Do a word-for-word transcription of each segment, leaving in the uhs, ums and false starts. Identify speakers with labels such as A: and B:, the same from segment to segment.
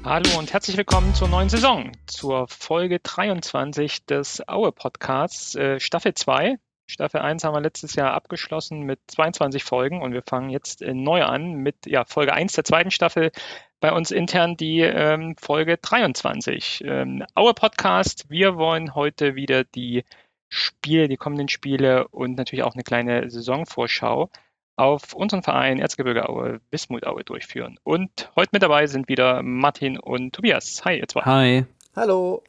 A: Hallo und herzlich willkommen zur neuen Saison, zur Folge dreiundzwanzig des Aue-Podcasts, äh, Staffel zwei. Staffel eins haben wir letztes Jahr abgeschlossen mit zweiundzwanzig Folgen und wir fangen jetzt äh, neu an mit ja, Folge eins der zweiten Staffel. Bei uns intern die ähm, Folge dreiundzwanzig. Ähm, Aue-Podcast, wir wollen heute wieder die Spiele, die kommenden Spiele und natürlich auch eine kleine Saisonvorschau auf unseren Verein Erzgebirge Aue, Wismut Aue durchführen. Und heute mit dabei sind wieder Martin und Tobias. Hi, ihr zwei.
B: Hi.
C: Hallo.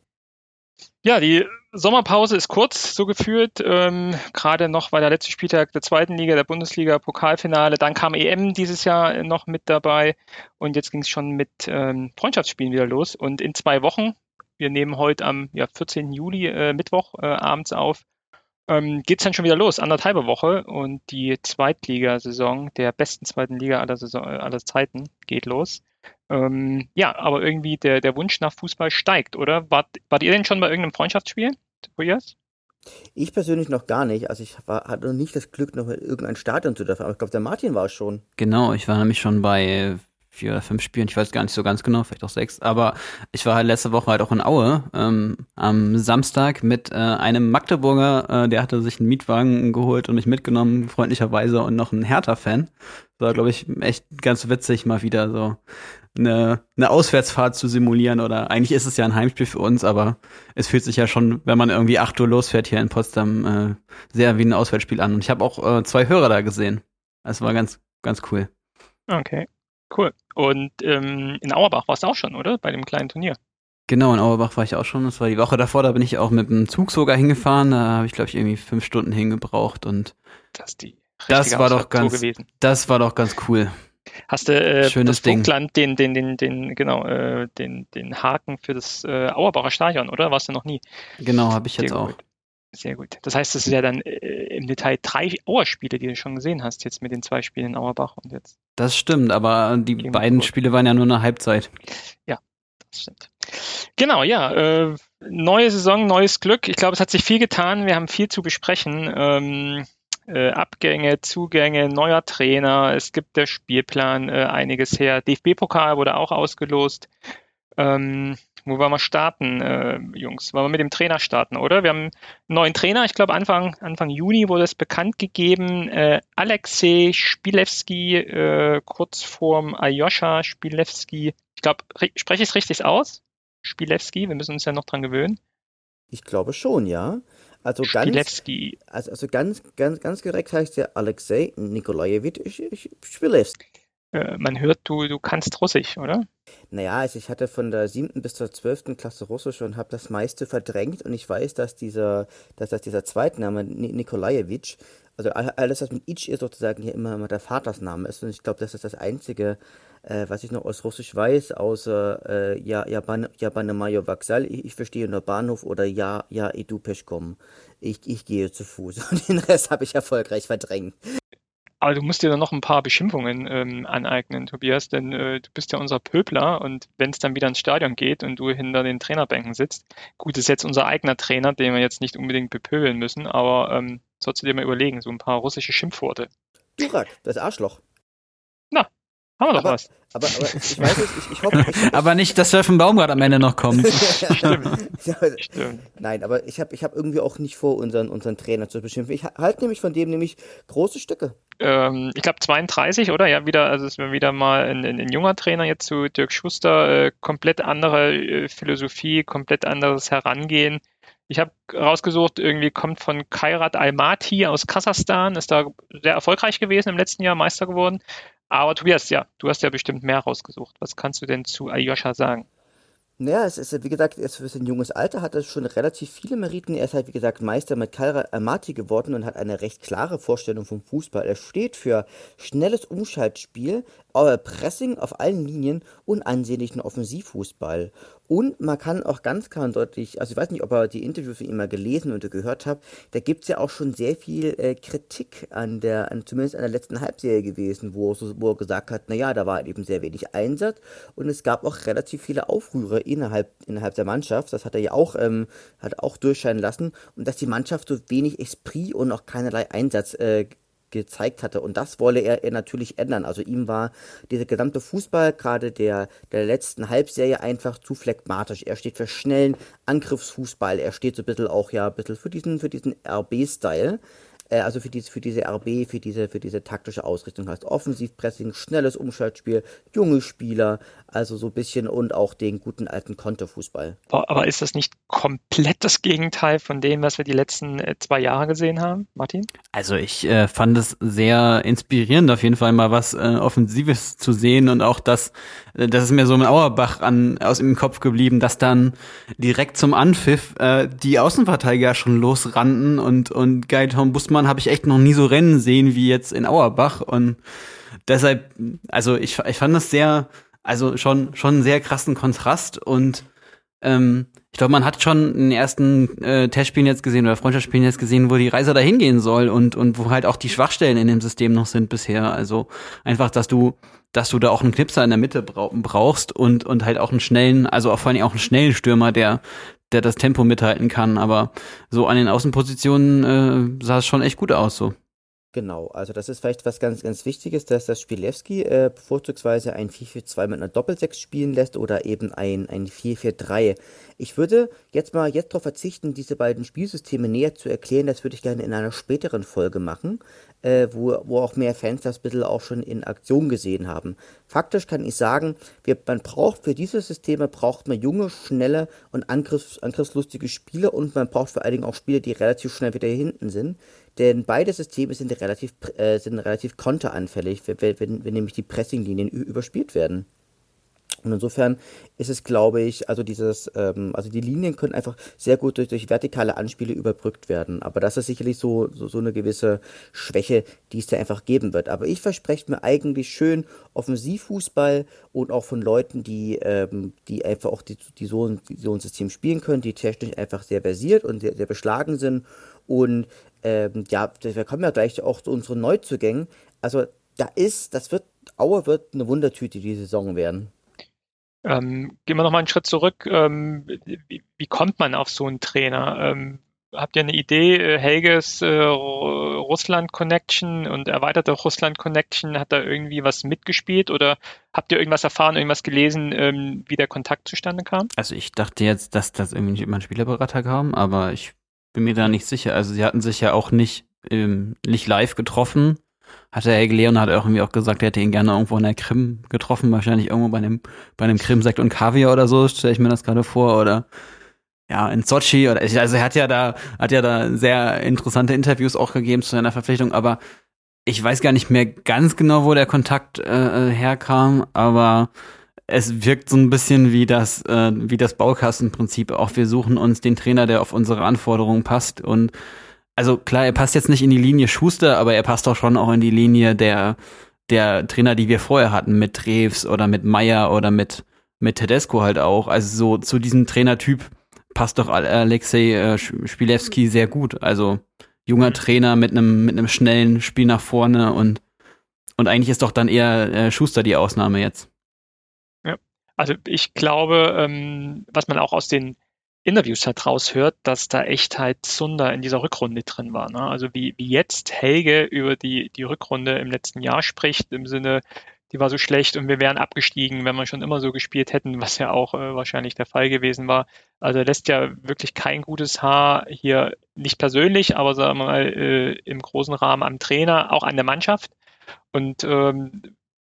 A: Ja, die Sommerpause ist kurz, so gefühlt. Ähm, gerade noch war der letzte Spieltag der zweiten Liga, der Bundesliga, Pokalfinale. Dann kam E M dieses Jahr noch mit dabei. Und jetzt ging es schon mit ähm, Freundschaftsspielen wieder los. Und in zwei Wochen, wir nehmen heute am ja, vierzehnten Juli, äh, Mittwoch, äh, abends auf, ähm, geht es dann schon wieder los, anderthalbe Woche. Und die Zweitligasaison der besten zweiten Liga aller, Saison, aller Zeiten geht los. Ähm, ja, aber irgendwie der, der Wunsch nach Fußball steigt, oder? Wart, wart ihr denn schon bei irgendeinem Freundschaftsspiel, Tobias?
C: Ich persönlich noch gar nicht. Also ich war, hatte noch nicht das Glück, noch in irgendein Stadion zu dürfen. Aber ich glaube, der Martin war es schon.
B: Genau, ich war nämlich schon bei vier oder fünf Spielen, ich weiß gar nicht so ganz genau, vielleicht auch sechs, aber ich war halt letzte Woche halt auch in Aue ähm, am Samstag mit äh, einem Magdeburger, äh, der hatte sich einen Mietwagen geholt und mich mitgenommen, freundlicherweise, und noch ein Hertha-Fan. Das war, glaube ich, echt ganz witzig, mal wieder so eine, eine Auswärtsfahrt zu simulieren, oder eigentlich ist es ja ein Heimspiel für uns, aber es fühlt sich ja schon, wenn man irgendwie acht Uhr losfährt hier in Potsdam, äh, sehr wie ein Auswärtsspiel an. Und ich habe auch äh, zwei Hörer da gesehen. Das war ganz, ganz cool.
A: Okay, cool. Und ähm, in Auerbach warst du auch schon, oder? Bei dem kleinen Turnier.
B: Genau, in Auerbach war ich auch schon. Das war die Woche davor, da bin ich auch mit dem Zug sogar hingefahren. Da habe ich, glaube ich, irgendwie fünf Stunden hingebraucht, und
A: Das ist die
B: das war doch
A: so
B: ganz,
A: gewesen.
B: das war doch ganz cool.
A: Hast du äh,
B: Schönes
A: das
B: Ding.
A: Vogtland, den, den, den, den, genau, äh, den, den Haken für das äh, Auerbacher Stadion, oder? Warst du noch nie?
B: Genau, habe ich jetzt
A: Sehr
B: auch.
A: gut. Sehr gut. Das heißt, das ist ja dann äh, im Detail drei Auerspiele, die du schon gesehen hast, jetzt mit den zwei Spielen in Auerbach und jetzt.
B: Das stimmt, aber die
A: Gegen
B: beiden
A: Burg.
B: Spiele waren ja nur eine Halbzeit.
A: Ja, das stimmt. Genau, ja. Äh, neue Saison, neues Glück. Ich glaube, es hat sich viel getan. Wir haben viel zu besprechen. Ähm, äh, Abgänge, Zugänge, neuer Trainer. Es gibt der Spielplan, äh, einiges her. D F B-Pokal wurde auch ausgelost. Ähm, wo wollen wir starten, äh, Jungs? Wollen wir mit dem Trainer starten, oder? Wir haben einen neuen Trainer. Ich glaube, Anfang, Anfang Juni wurde es bekannt gegeben. Äh, Alexej Spilewski, äh, kurz vorm Aljoscha Spilewski. Ich glaube, spreche ich es richtig aus? Spilewski, wir müssen uns ja noch dran gewöhnen.
C: Ich glaube schon, ja. Also ganz,
A: Spilewski.
C: also, also ganz, ganz, ganz korrekt heißt der Alexej Nikolajewitsch Spilewski.
A: Äh, man hört, du, du kannst Russisch, oder?
C: Naja, also ich hatte von der siebten bis zur zwölften Klasse Russisch und habe das meiste verdrängt, und ich weiß, dass dieser, dass das dieser Zweitname Ni- Nikolajewitsch, also all- alles, was mit Itch ist, sozusagen hier immer, immer der Vatersname ist, und ich glaube, das ist das Einzige, äh, was ich noch aus Russisch weiß, außer äh, ja, ja, ban, ja, Banemajo Vaxal, ich, ich verstehe nur Bahnhof, oder ja, ja, Edu Peschkom. Ich, ich gehe zu Fuß, und den Rest habe ich erfolgreich verdrängt.
A: Aber du musst dir dann noch ein paar Beschimpfungen ähm, aneignen, Tobias, denn äh, du bist ja unser Pöbler, und wenn es dann wieder ins Stadion geht und du hinter den Trainerbänken sitzt, gut, das ist jetzt unser eigener Trainer, den wir jetzt nicht unbedingt bepöbeln müssen, aber ähm, sollst du dir mal überlegen, so ein paar russische Schimpfworte.
C: Durak, das Arschloch.
A: Na, haben wir doch
C: Aber,
A: was.
C: aber, aber ich, ich weiß nicht, ich, ich hoffe, ich,
B: Aber nicht, dass Surfen Baumgart am Ende noch kommt.
A: Stimmt,
C: Ja,
A: stimmt.
C: nein, aber ich habe ich hab irgendwie auch nicht vor, unseren, unseren Trainer zu beschimpfen. Ich halte nämlich von dem nämlich große Stücke.
A: Ähm, ich glaube zweiunddreißig, oder? Ja, wieder, also es war wieder mal ein, ein, ein junger Trainer jetzt zu Dirk Schuster, äh, komplett andere äh, Philosophie, komplett anderes Herangehen. Ich habe rausgesucht, irgendwie kommt von Kairat Almaty aus Kasachstan, ist da sehr erfolgreich gewesen im letzten Jahr, Meister geworden. Aber Tobias, ja, du hast ja bestimmt mehr rausgesucht. Was kannst du denn zu Aljoscha sagen?
C: Naja, es ist, ja, wie gesagt, er ist für sein junges Alter, hat er schon relativ viele Meriten. Er ist halt, wie gesagt, Meister mit Kairat Almaty geworden und hat eine recht klare Vorstellung vom Fußball. Er steht für schnelles Umschaltspiel, äh, Pressing auf allen Linien und ansehnlichen Offensivfußball. Und man kann auch ganz klar und deutlich, also ich weiß nicht, ob ihr die Interviews von ihm mal gelesen oder gehört habt, da gibt es ja auch schon sehr viel äh, Kritik an der, an, zumindest an der letzten Halbserie gewesen, wo, er so, wo er gesagt hat, naja, da war halt eben sehr wenig Einsatz, und es gab auch relativ viele Aufrühre innerhalb, innerhalb der Mannschaft, das hat er ja auch, ähm, hat auch durchscheinen lassen, und dass die Mannschaft so wenig Esprit und auch keinerlei Einsatz äh, gezeigt hatte. Und das wolle er, er natürlich ändern. Also ihm war dieser gesamte Fußball, gerade der, der letzten Halbserie, einfach zu phlegmatisch. Er steht für schnellen Angriffsfußball. Er steht so ein bisschen auch ja ein bisschen für diesen, für diesen R B-Style. Äh, also für diese, für diese R B, für diese, für diese taktische Ausrichtung heißt Offensivpressing, schnelles Umschaltspiel, junge Spieler, also so ein bisschen und auch den guten alten Konterfußball.
A: Aber ist das nicht komplett das Gegenteil von dem, was wir die letzten äh, zwei Jahre gesehen haben, Martin?
B: Also ich äh, fand es sehr inspirierend, auf jeden Fall mal was äh, Offensives zu sehen und auch das, äh, das ist mir so im Auerbach an, aus dem Kopf geblieben, dass dann direkt zum Anpfiff äh, die Außenverteidiger schon losrannten und und Guy Tom Bussmann habe ich echt noch nie so rennen sehen wie jetzt in Auerbach und deshalb, also ich, ich fand das sehr, also schon schon einen sehr krassen Kontrast und ähm, ich glaube, man hat schon in den ersten äh, Testspielen jetzt gesehen oder Freundschaftsspielen jetzt gesehen, wo die Reise da hingehen soll und und wo halt auch die Schwachstellen in dem System noch sind bisher. Also einfach, dass du dass du da auch einen Knipser in der Mitte brauch, brauchst und und halt auch einen schnellen, also auch vor allem auch einen schnellen Stürmer, der der das Tempo mithalten kann. Aber so an den Außenpositionen äh, sah es schon echt gut aus so.
C: Genau, also das ist vielleicht was ganz, ganz Wichtiges, dass das Spielewski äh, vorzugsweise ein vier vier zwei mit einer Doppelsechs spielen lässt oder eben ein, ein vier vier drei. Ich würde jetzt mal jetzt darauf verzichten, diese beiden Spielsysteme näher zu erklären. Das würde ich gerne in einer späteren Folge machen, äh, wo, wo auch mehr Fans das ein bisschen auch schon in Aktion gesehen haben. Faktisch kann ich sagen, wir, man braucht für diese Systeme braucht man junge, schnelle und angriffs, angriffslustige Spieler und man braucht vor allen Dingen auch Spieler, die relativ schnell wieder hinten sind. Denn beide Systeme sind relativ, äh, sind relativ konteranfällig, wenn, wenn, wenn nämlich die Pressinglinien überspielt werden. Und insofern ist es, glaube ich, also dieses, ähm, also die Linien können einfach sehr gut durch, durch vertikale Anspiele überbrückt werden. Aber das ist sicherlich so, so, so eine gewisse Schwäche, die es da einfach geben wird. Aber ich verspreche mir eigentlich schön Offensivfußball und auch von Leuten, die, ähm, die einfach auch die, die so, ein, die so ein System spielen können, die technisch einfach sehr versiert und sehr, sehr beschlagen sind. Und ähm, ja, wir kommen ja gleich auch zu unseren Neuzugängen. Also da ist, das wird, Aue wird eine Wundertüte die Saison werden.
A: Ähm, gehen wir noch mal einen Schritt zurück. Ähm, wie, wie kommt man auf so einen Trainer? Ähm, habt ihr eine Idee? Äh, Helges äh, Russland-Connection und erweiterte Russland-Connection, hat da irgendwie was mitgespielt oder habt ihr irgendwas erfahren, irgendwas gelesen, ähm, wie der Kontakt zustande kam?
B: Also ich dachte jetzt, dass das irgendwie immer ein Spielerberater kam, aber ich bin mir da nicht sicher. Also sie hatten sich ja auch nicht, ähm, nicht live getroffen. Hatte Helge Leon hat irgendwie auch gesagt, er hätte ihn gerne irgendwo in der Krim getroffen, wahrscheinlich irgendwo bei einem, bei einem Krimsekt und Kaviar oder so, stelle ich mir das gerade vor, oder ja, in Sochi oder also er hat ja da, hat ja da sehr interessante Interviews auch gegeben zu seiner Verpflichtung, aber ich weiß gar nicht mehr ganz genau, wo der Kontakt äh, herkam, aber es wirkt so ein bisschen wie das, äh, wie das Baukastenprinzip. Auch wir suchen uns den Trainer, der auf unsere Anforderungen passt. Und also klar, er passt jetzt nicht in die Linie Schuster, aber er passt doch schon auch in die Linie der, der Trainer, die wir vorher hatten, mit Treves oder mit Meyer oder mit, mit Tedesco halt auch. Also so zu diesem Trainertyp passt doch Alexei äh, Spielewski sehr gut. Also junger Trainer mit einem, mit einem schnellen Spiel nach vorne und, und eigentlich ist doch dann eher äh, Schuster die Ausnahme jetzt.
A: Ja, also ich glaube, ähm, was man auch aus den Interviews halt raushört, dass da echt halt Zunder in dieser Rückrunde drin war. Ne? Also wie, wie jetzt Helge über die, die Rückrunde im letzten Jahr spricht, im Sinne, die war so schlecht und wir wären abgestiegen, wenn wir schon immer so gespielt hätten, was ja auch äh, wahrscheinlich der Fall gewesen war. Also er lässt ja wirklich kein gutes Haar hier, nicht persönlich, aber sagen wir mal äh, im großen Rahmen am Trainer, auch an der Mannschaft. Und ähm,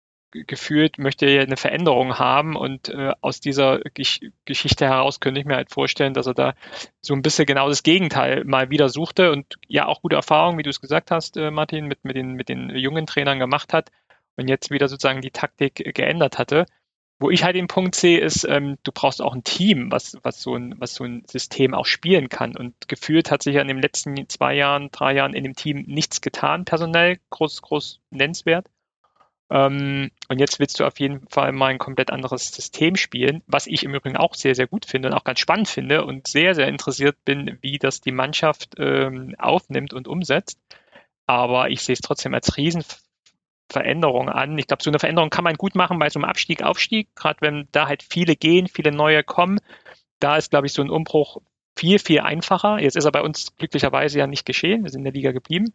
A: gefühlt möchte er eine Veränderung haben und äh, aus dieser Gesch- Geschichte heraus könnte ich mir halt vorstellen, dass er da so ein bisschen genau das Gegenteil mal wieder suchte und ja auch gute Erfahrungen, wie du es gesagt hast, äh, Martin, mit, mit, den, mit den jungen Trainern gemacht hat und jetzt wieder sozusagen die Taktik äh, geändert hatte. Wo ich halt den Punkt sehe, ist, ähm, du brauchst auch ein Team, was, was, so ein, was so ein System auch spielen kann. Und gefühlt hat sich ja in den letzten zwei Jahren, drei Jahren in dem Team nichts getan, personell, groß, groß nennenswert. Ähm, und jetzt willst du auf jeden Fall mal ein komplett anderes System spielen, was ich im Übrigen auch sehr, sehr gut finde und auch ganz spannend finde und sehr, sehr interessiert bin, wie das die Mannschaft ähm, aufnimmt und umsetzt. Aber ich sehe es trotzdem als Riesenveränderung an. Ich glaube, so eine Veränderung kann man gut machen bei so einem Abstieg, Aufstieg, gerade wenn da halt viele gehen, viele neue kommen. Da ist, glaube ich, so ein Umbruch viel, viel einfacher. Jetzt ist er bei uns glücklicherweise ja nicht geschehen. Wir sind in der Liga geblieben.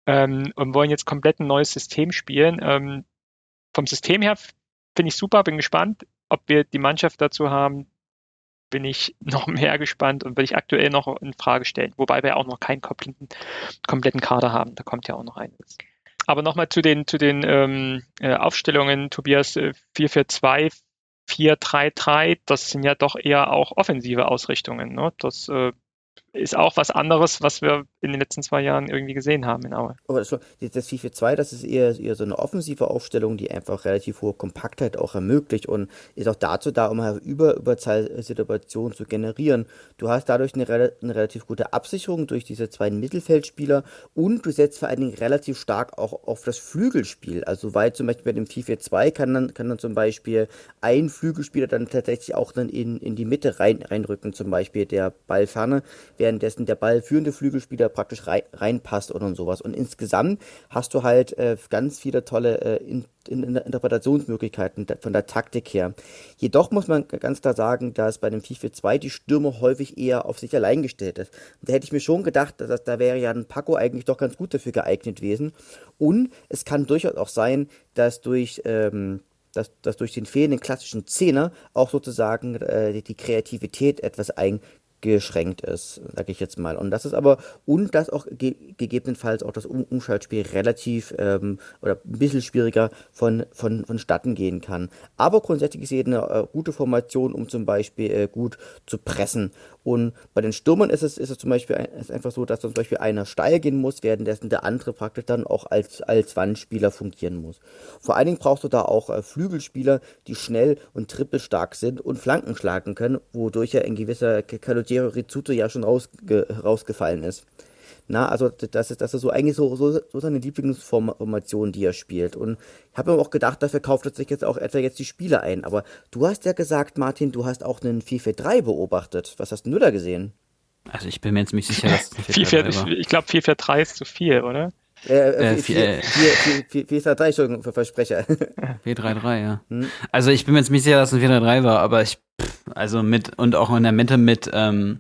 A: ähm, und wollen jetzt komplett ein neues System spielen. Ähm, vom System her finde ich super, bin gespannt. Ob wir die Mannschaft dazu haben, bin ich noch mehr gespannt und will ich aktuell noch in Frage stellen. Wobei wir auch noch keinen kompletten, kompletten Kader haben. Da kommt ja auch noch einiges. Aber nochmal zu den, zu den ähm, äh, Aufstellungen, Tobias, äh, vier vier zwei, vier drei drei, das sind ja doch eher auch offensive Ausrichtungen. Ne? Das äh, ist auch was anderes, was wir in den letzten zwei Jahren irgendwie gesehen haben in Aue.
C: Aber das, schon- das vier vier zwei, das ist eher, eher so eine offensive Aufstellung, die einfach relativ hohe Kompaktheit auch ermöglicht und ist auch dazu da, um halt über Überzahlsituationen zu generieren. Du hast dadurch eine, rela- eine relativ gute Absicherung durch diese zwei Mittelfeldspieler und du setzt vor allen Dingen relativ stark auch auf das Flügelspiel. Also weil zum Beispiel bei dem vier vier zwei kann dann, kann dann zum Beispiel ein Flügelspieler dann tatsächlich auch dann in, in die Mitte rein, reinrücken, zum Beispiel der Ballferne, währenddessen der ballführende Flügelspieler praktisch rein, reinpasst und, und sowas. Und insgesamt hast du halt äh, ganz viele tolle äh, in, in, in Interpretationsmöglichkeiten da- von der Taktik her. Jedoch muss man ganz klar sagen, dass bei dem vier vier zwei die Stürmer häufig eher auf sich allein gestellt ist. Da hätte ich mir schon gedacht, dass, dass da wäre ja ein Paco eigentlich doch ganz gut dafür geeignet gewesen. Und es kann durchaus auch sein, dass durch ähm, dass, dass durch den fehlenden klassischen Zehner auch sozusagen äh, die, die Kreativität etwas eingeschränkt ist, sage ich jetzt mal. Und das ist aber, und dass auch ge gegebenenfalls auch das um Umschaltspiel relativ ähm, oder ein bisschen schwieriger von, von, vonstatten gehen kann. Aber grundsätzlich ist eine äh, gute Formation, um zum Beispiel äh, gut zu pressen. Und bei den Stürmern ist es, ist es zum Beispiel ein, ist einfach so, dass zum Beispiel einer steil gehen muss, währenddessen der andere praktisch dann auch als, als Wandspieler fungieren muss. Vor allen Dingen brauchst du da auch äh, Flügelspieler, die schnell und trippelstark sind und Flanken schlagen können, wodurch ja ein gewisser Calogero Rizzuto ja schon rausge rausgefallen ist. Na, also das ist, das ist so eigentlich so, so, so seine Lieblingsformation, die er spielt. Und ich habe mir auch gedacht, dafür kauft er sich jetzt auch etwa jetzt die Spiele ein. Aber du hast ja gesagt, Martin, du hast auch einen vier vier drei beobachtet. Was hast denn du da gesehen?
B: Also ich bin mir jetzt nicht sicher, dass es ein
A: vier vier, ich ich glaube, vier vier drei ist zu viel, oder?
C: Äh,
B: Äh,
C: vier
B: vier- äh,
C: vier vier drei, Entschuldigung, für Versprecher.
B: vier drei drei, ja.
C: Hm.
B: Also ich bin mir jetzt nicht sicher, dass es ein vier drei drei war, aber ich, pff, also mit, und auch in der Mitte mit, ähm,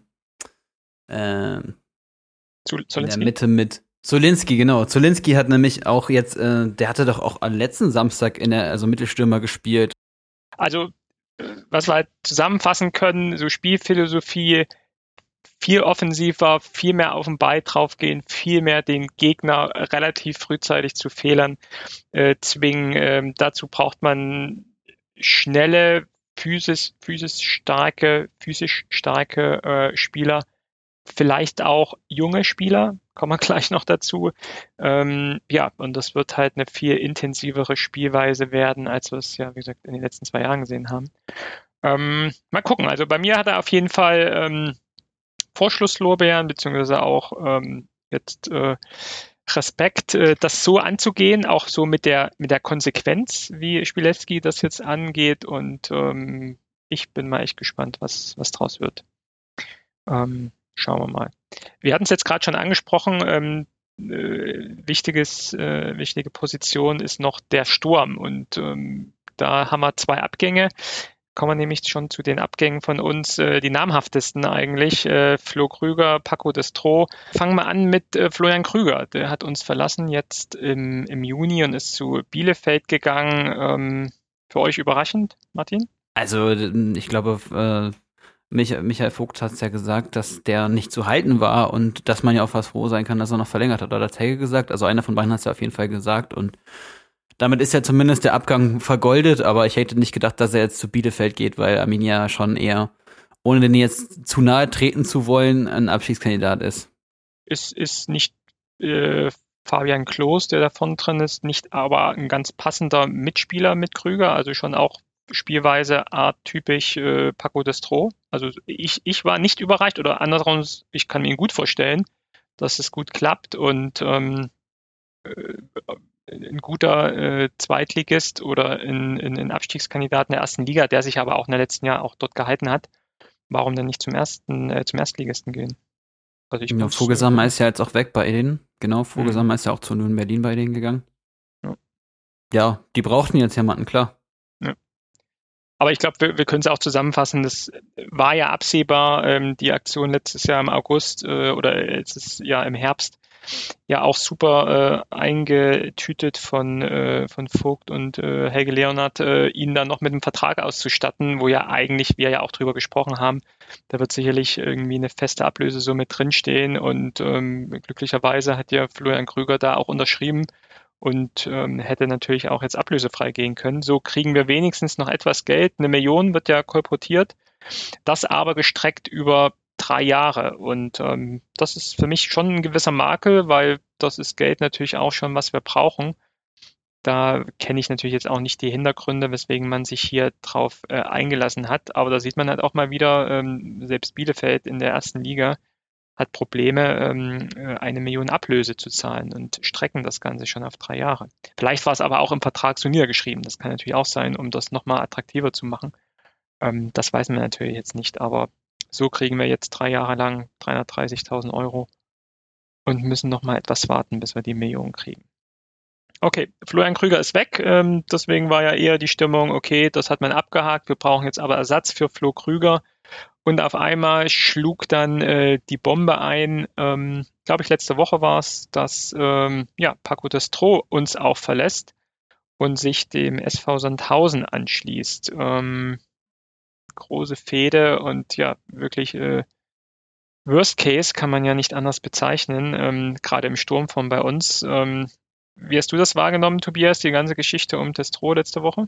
B: ähm,
A: Zu,
B: in der
A: Zolinski?
B: Mitte mit Zolinski, genau. Zolinski hat nämlich auch jetzt, äh, der hatte doch auch am letzten Samstag in der, also Mittelstürmer gespielt.
A: Also, äh, was wir halt zusammenfassen können, so Spielphilosophie, viel offensiver, viel mehr auf den Ball draufgehen, viel mehr den Gegner relativ frühzeitig zu Fehlern äh, zwingen. Ähm, dazu braucht man schnelle, physisch, physisch starke, physisch starke äh, Spieler, vielleicht auch junge Spieler, kommen wir gleich noch dazu. Ähm, ja, und das wird halt eine viel intensivere Spielweise werden, als wir es ja, wie gesagt, in den letzten zwei Jahren gesehen haben. Ähm, mal gucken. Also bei mir hat er auf jeden Fall ähm, Vorschusslorbeeren, beziehungsweise auch ähm, jetzt äh, Respekt, äh, das so anzugehen, auch so mit der mit der Konsequenz, wie Spielewski das jetzt angeht. Und ähm, ich bin mal echt gespannt, was was draus wird. Ähm, schauen wir mal. Wir hatten es jetzt gerade schon angesprochen. Ähm, äh, wichtiges, äh, wichtige Position ist noch der Sturm. Und ähm, da haben wir zwei Abgänge. Kommen wir nämlich schon zu den Abgängen von uns, äh, die namhaftesten eigentlich. Äh, Flo Krüger, Paco Destro. Fangen wir an mit äh, Florian Krüger. Der hat uns verlassen jetzt im, im Juni und ist zu Bielefeld gegangen. Ähm, für euch überraschend, Martin?
B: Also ich glaube, äh, Michael, Michael Vogt hat es ja gesagt, dass der nicht zu halten war und dass man ja auch fast froh sein kann, dass er noch verlängert hat. Oder hat Helge gesagt? Also einer von beiden hat es ja auf jeden Fall gesagt und damit ist ja zumindest der Abgang vergoldet, aber ich hätte nicht gedacht, dass er jetzt zu Bielefeld geht, weil Arminia schon eher, ohne den jetzt zu nahe treten zu wollen, ein Abschiedskandidat ist.
A: Ist, ist nicht äh, Fabian Klos, der davon drin ist, nicht aber ein ganz passender Mitspieler mit Krüger, also schon auch Spielweise arttypisch äh, Paco Destro. Also ich, ich war nicht überrascht oder andersrum, ich kann mir ihn gut vorstellen, dass es gut klappt und ähm, äh, ein guter äh, Zweitligist oder ein, ein, ein Abstiegskandidat in der ersten Liga, der sich aber auch in den letzten Jahren auch dort gehalten hat. Warum denn nicht zum ersten, äh, zum Erstligisten gehen? Also ich
B: Ja,
A: muss,
B: Vogelsammer
A: äh,
B: ist ja jetzt auch weg bei denen. Genau, Vogelsammer ist ja auch zu Union Berlin bei denen gegangen.
A: Ja.
B: Ja, die brauchten jetzt jemanden, klar.
A: Ja. Aber ich glaube, wir, wir können es auch zusammenfassen. Das war ja absehbar, ähm, die Aktion letztes Jahr im August äh, oder letztes Jahr im Herbst. ja auch super äh, eingetütet von, äh, von Vogt und äh, Helge Leonhardt, äh, ihn dann noch mit einem Vertrag auszustatten, wo ja eigentlich wir ja auch drüber gesprochen haben, da wird sicherlich irgendwie eine feste Ablösesumme drinstehen und ähm, glücklicherweise hat ja Florian Krüger da auch unterschrieben und ähm, hätte natürlich auch jetzt ablösefrei gehen können. So kriegen wir wenigstens noch etwas Geld. Eine Million wird ja kolportiert, das aber gestreckt über drei Jahre. Und ähm, das ist für mich schon ein gewisser Makel, weil das ist Geld natürlich auch schon, was wir brauchen. Da kenne ich natürlich jetzt auch nicht die Hintergründe, weswegen man sich hier drauf äh, eingelassen hat. Aber da sieht man halt auch mal wieder, ähm, selbst Bielefeld in der ersten Liga hat Probleme, ähm, äh, eine Million Ablöse zu zahlen und strecken das Ganze schon auf drei Jahre. Vielleicht war es aber auch im Vertrag so niedergeschrieben. Das kann natürlich auch sein, um das nochmal attraktiver zu machen. Ähm, das weiß man natürlich jetzt nicht, aber so kriegen wir jetzt drei Jahre lang dreihundertdreißigtausend Euro und müssen nochmal etwas warten, bis wir die Million kriegen. Okay, Florian Krüger ist weg, ähm, deswegen war ja eher die Stimmung, okay, das hat man abgehakt, wir brauchen jetzt aber Ersatz für Flo Krüger. Und auf einmal schlug dann äh, die Bombe ein, ähm, glaube ich, letzte Woche war es, dass ähm, ja, Paco Destro uns auch verlässt und sich dem S V Sandhausen anschließt. Ähm, große Fehde und ja, wirklich äh, Worst Case kann man ja nicht anders bezeichnen, ähm, gerade im Sturmform bei uns. Ähm, wie hast du das wahrgenommen, Tobias, die ganze Geschichte um Destro letzte Woche?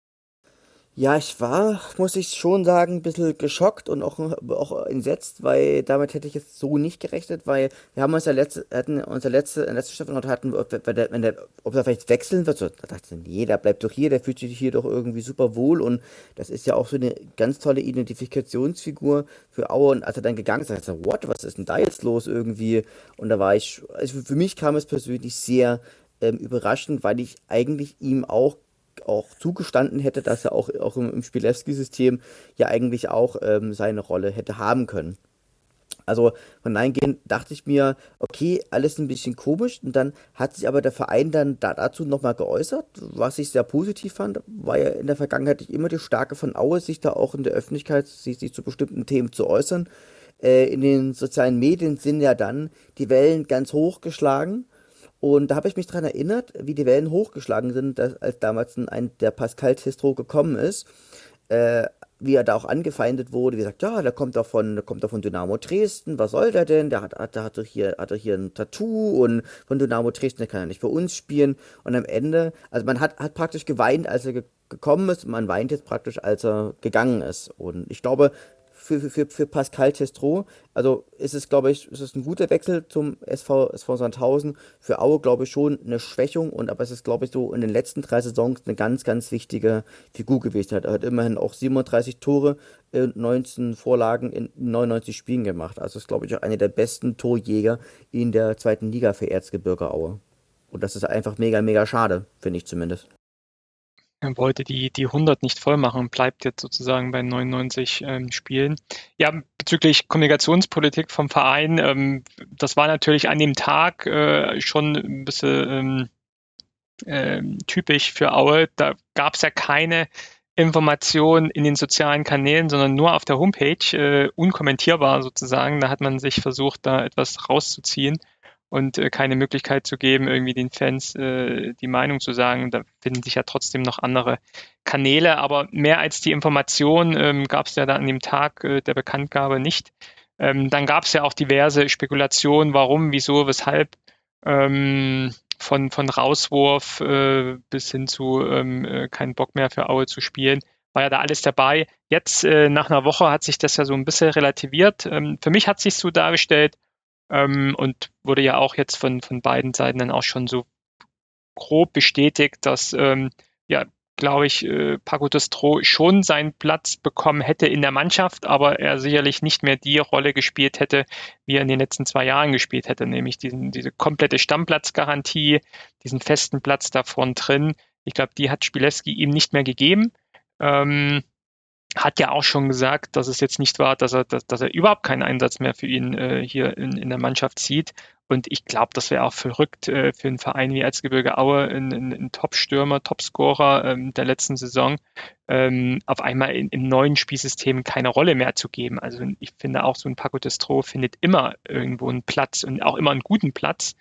C: Ja, ich war, muss ich schon sagen, ein bisschen geschockt und auch, auch entsetzt, weil damit hätte ich jetzt so nicht gerechnet, weil wir haben uns ja letzte, hatten unser letzte, in letzter Staffel noch hatten, ob, wenn der, wenn der, ob er vielleicht wechseln wird. So, da dachte ich, nee, der bleibt doch hier, der fühlt sich hier doch irgendwie super wohl und das ist ja auch so eine ganz tolle Identifikationsfigur für Aue. Und als er dann gegangen ist, dachte ich, what, was ist denn da jetzt los irgendwie? Und da war ich, also für mich kam es persönlich sehr ähm, überraschend, weil ich eigentlich ihm auch auch zugestanden hätte, dass er auch, auch im, im Spielewski-System ja eigentlich auch ähm, seine Rolle hätte haben können. Also von dahingehend dachte ich mir, okay, alles ein bisschen komisch. Und dann hat sich aber der Verein dann da, dazu nochmal geäußert, was ich sehr positiv fand, war ja in der Vergangenheit immer die Stärke von Aue, sich da auch in der Öffentlichkeit, sich, sich zu bestimmten Themen zu äußern. Äh, in den sozialen Medien sind ja dann die Wellen ganz hoch geschlagen. Und da habe ich mich dran erinnert, wie die Wellen hochgeschlagen sind, dass, als damals ein, der Pascal Testro gekommen ist, äh, wie er da auch angefeindet wurde, wie gesagt, ja, der kommt doch von, der kommt doch von Dynamo Dresden, was soll der denn? Der hat, hat, der hat doch hier, hat doch hier ein Tattoo und von Dynamo Dresden, der kann ja nicht für uns spielen. Und am Ende, also man hat, hat praktisch geweint, als er ge gekommen ist, und man weint jetzt praktisch, als er gegangen ist. Und ich glaube, für, für, für für Pascal Testro, also ist es, glaube ich, ist es ein guter Wechsel zum S V, S V Sandhausen. Für Aue, glaube ich, schon eine Schwächung, und aber es ist, glaube ich, so in den letzten drei Saisons eine ganz, ganz wichtige Figur gewesen. Er hat immerhin auch siebenunddreißig Tore und neunzehn Vorlagen in neunundneunzig Spielen gemacht. Also ist, glaube ich, auch einer der besten Torjäger in der zweiten Liga für Erzgebirge Aue. Und das ist einfach mega, mega schade, finde ich zumindest.
A: Er wollte die, die hundert nicht voll machen und bleibt jetzt sozusagen bei neunundneunzig ähm, Spielen. Ja, bezüglich Kommunikationspolitik vom Verein, ähm, das war natürlich an dem Tag äh, schon ein bisschen ähm, ähm, typisch für Aue. Da gab es ja keine Informationen in den sozialen Kanälen, sondern nur auf der Homepage, äh, unkommentierbar sozusagen. Da hat man sich versucht, da etwas rauszuziehen und äh, keine Möglichkeit zu geben, irgendwie den Fans äh, die Meinung zu sagen. Da finden sich ja trotzdem noch andere Kanäle, aber mehr als die Information ähm, gab es ja da an dem Tag äh, der Bekanntgabe nicht. Ähm, dann gab es ja auch diverse Spekulationen, warum, wieso, weshalb, ähm, von, von Rauswurf äh, bis hin zu ähm, äh, keinen Bock mehr für Aue zu spielen. War ja da alles dabei. Jetzt, äh, nach einer Woche, hat sich das ja so ein bisschen relativiert. Ähm, für mich hat sich so dargestellt, ähm, und wurde ja auch jetzt von, von beiden Seiten dann auch schon so grob bestätigt, dass, ähm, ja, glaube ich, äh, Paco Destro schon seinen Platz bekommen hätte in der Mannschaft, aber er sicherlich nicht mehr die Rolle gespielt hätte, wie er in den letzten zwei Jahren gespielt hätte, nämlich diesen, diese komplette Stammplatzgarantie, diesen festen Platz da vorn drin. Ich glaube, die hat Spielewski ihm nicht mehr gegeben. Ähm, hat ja auch schon gesagt, dass es jetzt nicht war, dass er, dass, dass er überhaupt keinen Einsatz mehr für ihn äh, hier in, in der Mannschaft sieht. Und ich glaube, das wäre auch verrückt äh, für einen Verein wie Erzgebirge Aue, einen Top-Stürmer, Top-Scorer ähm, der letzten Saison, ähm, auf einmal in, im neuen Spielsystem keine Rolle mehr zu geben. Also ich finde auch, so ein Paco Destro findet immer irgendwo einen Platz und auch immer einen guten Platz.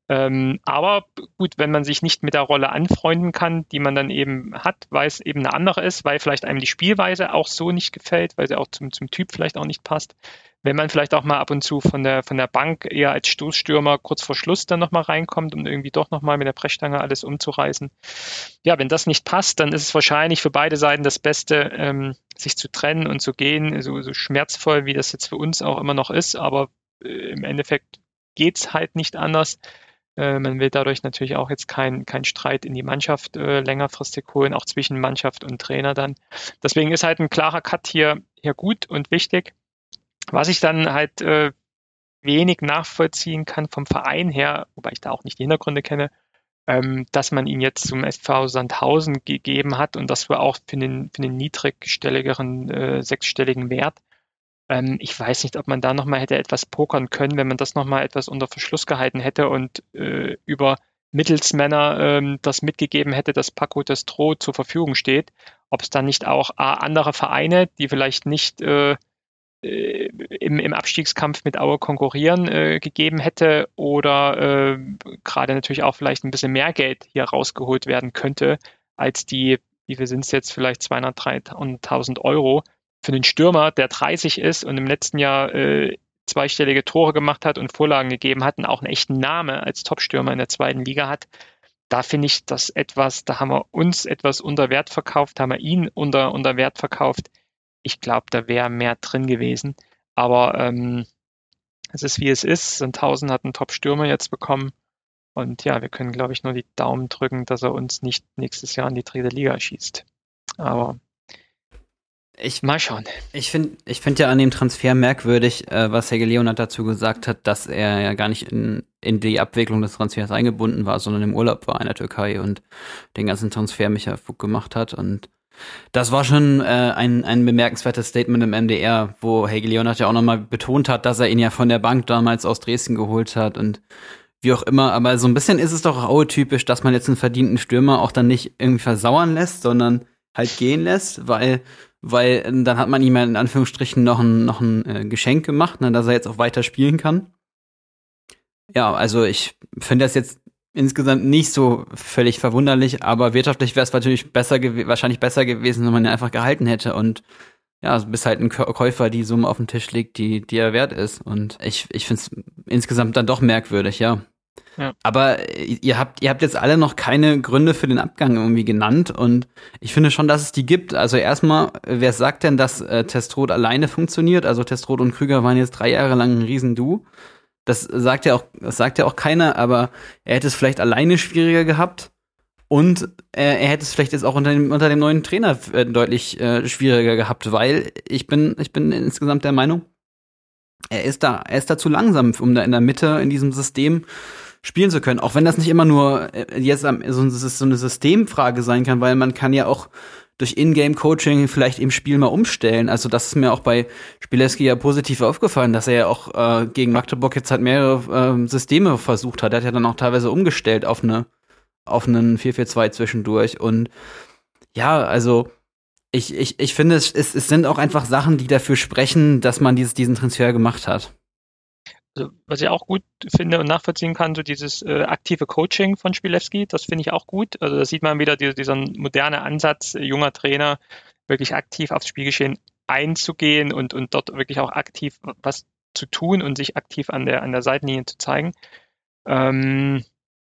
A: Ähm, aber gut, wenn man sich nicht mit der Rolle anfreunden kann, die man dann eben hat, weil es eben eine andere ist, weil vielleicht einem die Spielweise auch so nicht gefällt, weil sie auch zum, zum Typ vielleicht auch nicht passt. Wenn man vielleicht auch mal ab und zu von der, von der Bank eher als Stoßstürmer kurz vor Schluss dann nochmal reinkommt, um irgendwie doch nochmal mit der Brechstange alles umzureißen. Ja, wenn das nicht passt, dann ist es wahrscheinlich für beide Seiten das Beste, ähm, sich zu trennen und zu gehen, so, so schmerzvoll, wie das jetzt für uns auch immer noch ist, aber äh, im Endeffekt geht's halt nicht anders. Äh, man will dadurch natürlich auch jetzt keinen kein Streit in die Mannschaft äh, längerfristig holen, auch zwischen Mannschaft und Trainer dann. Deswegen ist halt ein klarer Cut hier, hier gut und wichtig. Was ich dann halt äh, wenig nachvollziehen kann vom Verein her, wobei ich da auch nicht die Hintergründe kenne, ähm, dass man ihn jetzt zum S V Sandhausen gegeben hat und das war auch für den, für den niedrigstelligeren äh, sechsstelligen Wert. Ähm, ich weiß nicht, ob man da nochmal hätte etwas pokern können, wenn man das nochmal etwas unter Verschluss gehalten hätte und äh, über Mittelsmänner ähm, das mitgegeben hätte, dass Paco Destro zur Verfügung steht. Ob es dann nicht auch A, andere Vereine, die vielleicht nicht äh, äh, im, im Abstiegskampf mit Aue konkurrieren, äh, gegeben hätte oder äh, gerade natürlich auch vielleicht ein bisschen mehr Geld hier rausgeholt werden könnte, als die, wie viel sind es jetzt, vielleicht zweihundert, dreihunderttausend Euro für den Stürmer, der dreißig ist und im letzten Jahr äh, zweistellige Tore gemacht hat und Vorlagen gegeben hat und auch einen echten Namen als Topstürmer in der zweiten Liga hat. Da finde ich das etwas, da haben wir uns etwas unter Wert verkauft, haben wir ihn unter, unter Wert verkauft. Ich glaube, da wäre mehr drin gewesen. Aber ähm, es ist, wie es ist. Sandhausen hat einen Top-Stürmer jetzt bekommen. Und ja, wir können, glaube ich, nur die Daumen drücken, dass er uns nicht nächstes Jahr in die dritte Liga schießt. Aber
B: Ich,
A: mal schauen.
B: ich finde ich find ja an dem Transfer merkwürdig, äh, was Helge Leonard dazu gesagt hat, dass er ja gar nicht in, in die Abwicklung des Transfers eingebunden war, sondern im Urlaub war in der Türkei und den ganzen Transfer Michael Fug gemacht hat. Und das war schon äh, ein, ein bemerkenswertes Statement im M D R, wo Helge Leonard ja auch nochmal betont hat, dass er ihn ja von der Bank damals aus Dresden geholt hat und wie auch immer. Aber so ein bisschen ist es doch auch Aue-typisch, dass man jetzt einen verdienten Stürmer auch dann nicht irgendwie versauern lässt, sondern halt gehen lässt, weil weil dann hat man ihm ja in Anführungsstrichen noch ein, noch ein äh, Geschenk gemacht, ne, dass er jetzt auch weiter spielen kann. Ja, also ich finde das jetzt insgesamt nicht so völlig verwunderlich, aber wirtschaftlich wäre es natürlich besser gew- wahrscheinlich besser gewesen, wenn man ihn einfach gehalten hätte und ja, du bist halt ein Käufer, die Summe auf den Tisch legt, die, die er wert ist. Und ich, ich finde es insgesamt dann doch merkwürdig, ja.
A: Ja.
B: Aber ihr habt, ihr habt jetzt alle noch keine Gründe für den Abgang irgendwie genannt und ich finde schon, dass es die gibt. Also erstmal, wer sagt denn, dass äh, Testrot alleine funktioniert? Also Testrot und Krüger waren jetzt drei Jahre lang ein Riesen-Du. Das sagt ja auch, das sagt ja auch keiner, aber er hätte es vielleicht alleine schwieriger gehabt und äh, er hätte es vielleicht jetzt auch unter dem, unter dem neuen Trainer äh, deutlich äh, schwieriger gehabt, weil ich bin, ich bin insgesamt der Meinung, er ist da, er ist da zu langsam, um da in der Mitte in diesem System spielen zu können. Auch wenn das nicht immer nur äh, jetzt so, so eine Systemfrage sein kann, weil man kann ja auch durch Ingame-Coaching vielleicht im Spiel mal umstellen. Also das ist mir auch bei Spielewski ja positiv aufgefallen, dass er ja auch äh, gegen Magdeburg jetzt halt mehrere äh, Systeme versucht hat. Er hat ja dann auch teilweise umgestellt auf eine auf einen vier vier zwei zwischendurch. Und ja, also ich, ich, ich finde, es, es, es sind auch einfach Sachen, die dafür sprechen, dass man dieses, diesen Transfer gemacht hat.
A: Also, was ich auch gut finde und nachvollziehen kann, so dieses äh, aktive Coaching von Spielewski, das finde ich auch gut. Also da sieht man wieder die, dieser moderne Ansatz, äh, junger Trainer, wirklich aktiv aufs Spielgeschehen einzugehen und, und dort wirklich auch aktiv was zu tun und sich aktiv an der, an der Seitenlinie zu zeigen. Ähm,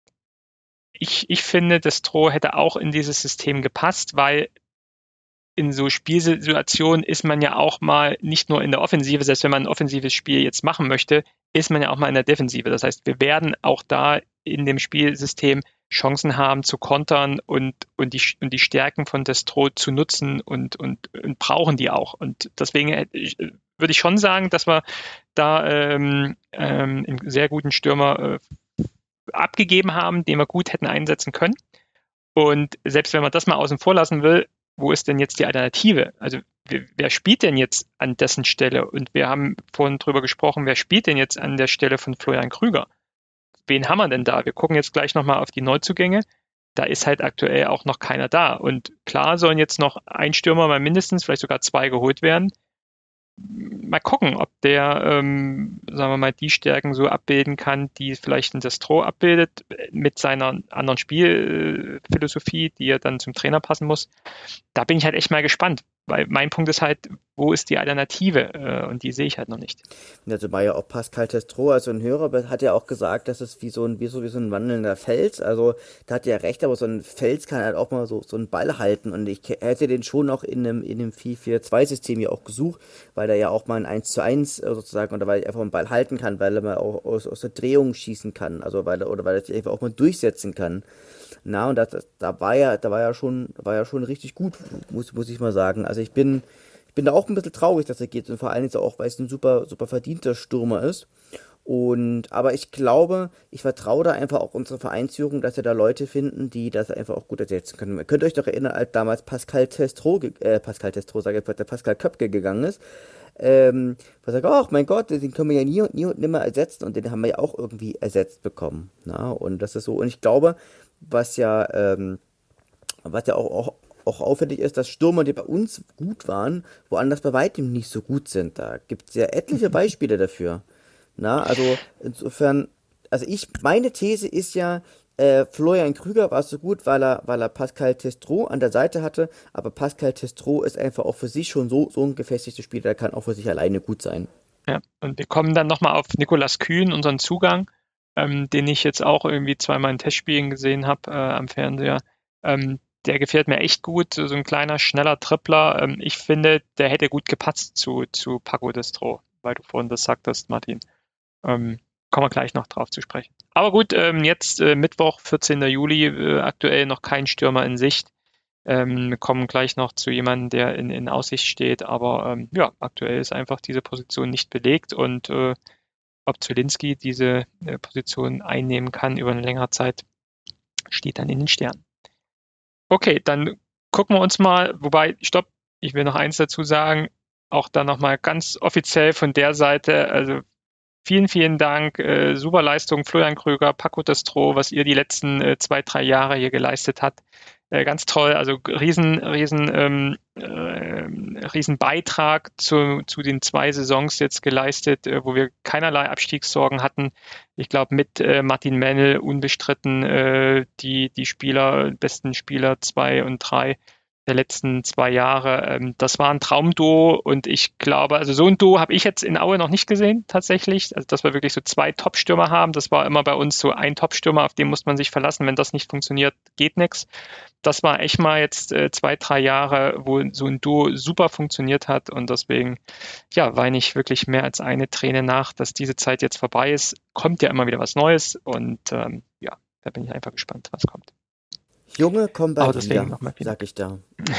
A: ich, ich finde, Destro hätte auch in dieses System gepasst, weil in so Spielsituationen ist man ja auch mal nicht nur in der Offensive, selbst wenn man ein offensives Spiel jetzt machen möchte, ist man ja auch mal in der Defensive. Das heißt, wir werden auch da in dem Spielsystem Chancen haben zu kontern und, und, die, und die Stärken von Destro zu nutzen und, und, und brauchen die auch. Und deswegen würde ich schon sagen, dass wir da ähm, ähm, einen sehr guten Stürmer äh, abgegeben haben, den wir gut hätten einsetzen können. Und selbst wenn man das mal außen vor lassen will, wo ist denn jetzt die Alternative? Also wer, wer spielt denn jetzt an dessen Stelle? Und wir haben vorhin drüber gesprochen, wer spielt denn jetzt an der Stelle von Florian Krüger? Wen haben wir denn da? Wir gucken jetzt gleich nochmal auf die Neuzugänge. Da ist halt aktuell auch noch keiner da. Und klar sollen jetzt noch ein Stürmer mal mindestens, vielleicht sogar zwei geholt werden. mal gucken, ob der, ähm, sagen wir mal, die Stärken so abbilden kann, die vielleicht ein Destro abbildet, mit seiner anderen Spielphilosophie, die er dann zum Trainer passen muss. Da bin ich halt echt mal gespannt, weil mein Punkt ist halt, wo ist die Alternative? Äh, und die sehe ich halt noch nicht.
C: Also war ja auch Pascal Testro, also ein Hörer, hat ja auch gesagt, dass es wie so ein, wie so, wie so ein wandelnder Fels. Also da hat er ja recht, aber so ein Fels kann halt auch mal so, so einen Ball halten. Und ich ke- hätte den schon auch in einem, in einem vier vier zwei System ja auch gesucht, weil er ja auch mal ein eins zu eins äh, sozusagen, oder weil er einfach einen Ball halten kann, weil er mal auch aus, aus der Drehung schießen kann. Also weil er, oder weil er sich einfach auch mal durchsetzen kann. Na, und das, das, da war ja, da war ja schon, war ja schon richtig gut, muss, muss ich mal sagen. Also ich bin, ich bin da auch ein bisschen traurig, dass er geht. Und vor allem jetzt auch, weil es ein super, super verdienter Stürmer ist. Und, aber ich glaube, ich vertraue da einfach auch unserer Vereinsführung, dass wir da Leute finden, die das einfach auch gut ersetzen können. Ihr könnt euch doch erinnern, als damals Pascal Testro, ge- äh, Pascal Testro, sage ich, der Pascal Köpke gegangen ist. Ähm, wo er sagt, ach mein Gott, den können wir ja nie und nie und nimmer ersetzen. Und den haben wir ja auch irgendwie ersetzt bekommen. Na, und das ist so. Und ich glaube, was ja, ähm, was ja auch, auch, auch auffällig ist, dass Stürmer, die bei uns gut waren, woanders bei weitem nicht so gut sind. Da gibt es ja etliche Beispiele dafür. Na, also insofern, also ich, meine These ist ja, äh, Florian Krüger war so gut, weil er, weil er Pascal Testro an der Seite hatte, aber Pascal Testro ist einfach auch für sich schon so, so ein gefestigter Spieler, der kann auch für sich alleine gut sein.
A: Ja, und wir kommen dann nochmal auf Nikolaus Kühn, unseren Zugang, ähm, den ich jetzt auch irgendwie zweimal in Testspielen gesehen habe äh, am Fernseher. Ähm, der gefällt mir echt gut, so ein kleiner, schneller Tripler. Ähm, ich finde, der hätte gut gepasst zu, zu Paco Destro, weil du vorhin das sagtest, Martin. Ähm, kommen wir gleich noch drauf zu sprechen. Aber gut, ähm, jetzt äh, Mittwoch, vierzehnten Juli, äh, aktuell noch kein Stürmer in Sicht. Ähm, wir kommen gleich noch zu jemandem, der in, in Aussicht steht, aber ähm, ja, aktuell ist einfach diese Position nicht belegt und äh, ob Zielinski diese äh, Position einnehmen kann über eine längere Zeit, steht dann in den Sternen. Okay, dann gucken wir uns mal, wobei, stopp, ich will noch eins dazu sagen, auch da nochmal ganz offiziell von der Seite, also vielen, vielen Dank, äh, super Leistung, Florian Krüger, Paco Destro, was ihr die letzten äh, zwei, drei Jahre hier geleistet habt. Äh, ganz toll, also riesen, riesen, ähm, äh, riesen Beitrag zu, zu den zwei Saisons jetzt geleistet, äh, wo wir keinerlei Abstiegssorgen hatten. Ich glaube, mit äh, Martin Mennel unbestritten äh, die, die Spieler, besten Spieler zwei und drei der letzten zwei Jahre. Ähm, das war ein Traumduo und ich glaube, also so ein Duo habe ich jetzt in Aue noch nicht gesehen, tatsächlich. Also, dass wir wirklich so zwei Top-Stürmer haben. Das war immer bei uns so ein Top-Stürmer, auf den muss man sich verlassen. Wenn das nicht funktioniert, geht nichts. Das war echt mal jetzt äh, zwei, drei Jahre, wo so ein Duo super funktioniert hat und deswegen, ja, weine ich wirklich mehr als eine Träne nach, dass diese Zeit jetzt vorbei ist. Kommt ja immer wieder was Neues und ähm, ja, da bin ich einfach gespannt, was kommt.
C: Junge, komm
A: Aber
C: bald
A: deswegen
C: wieder,
A: nochmal vielen
C: sag ich da.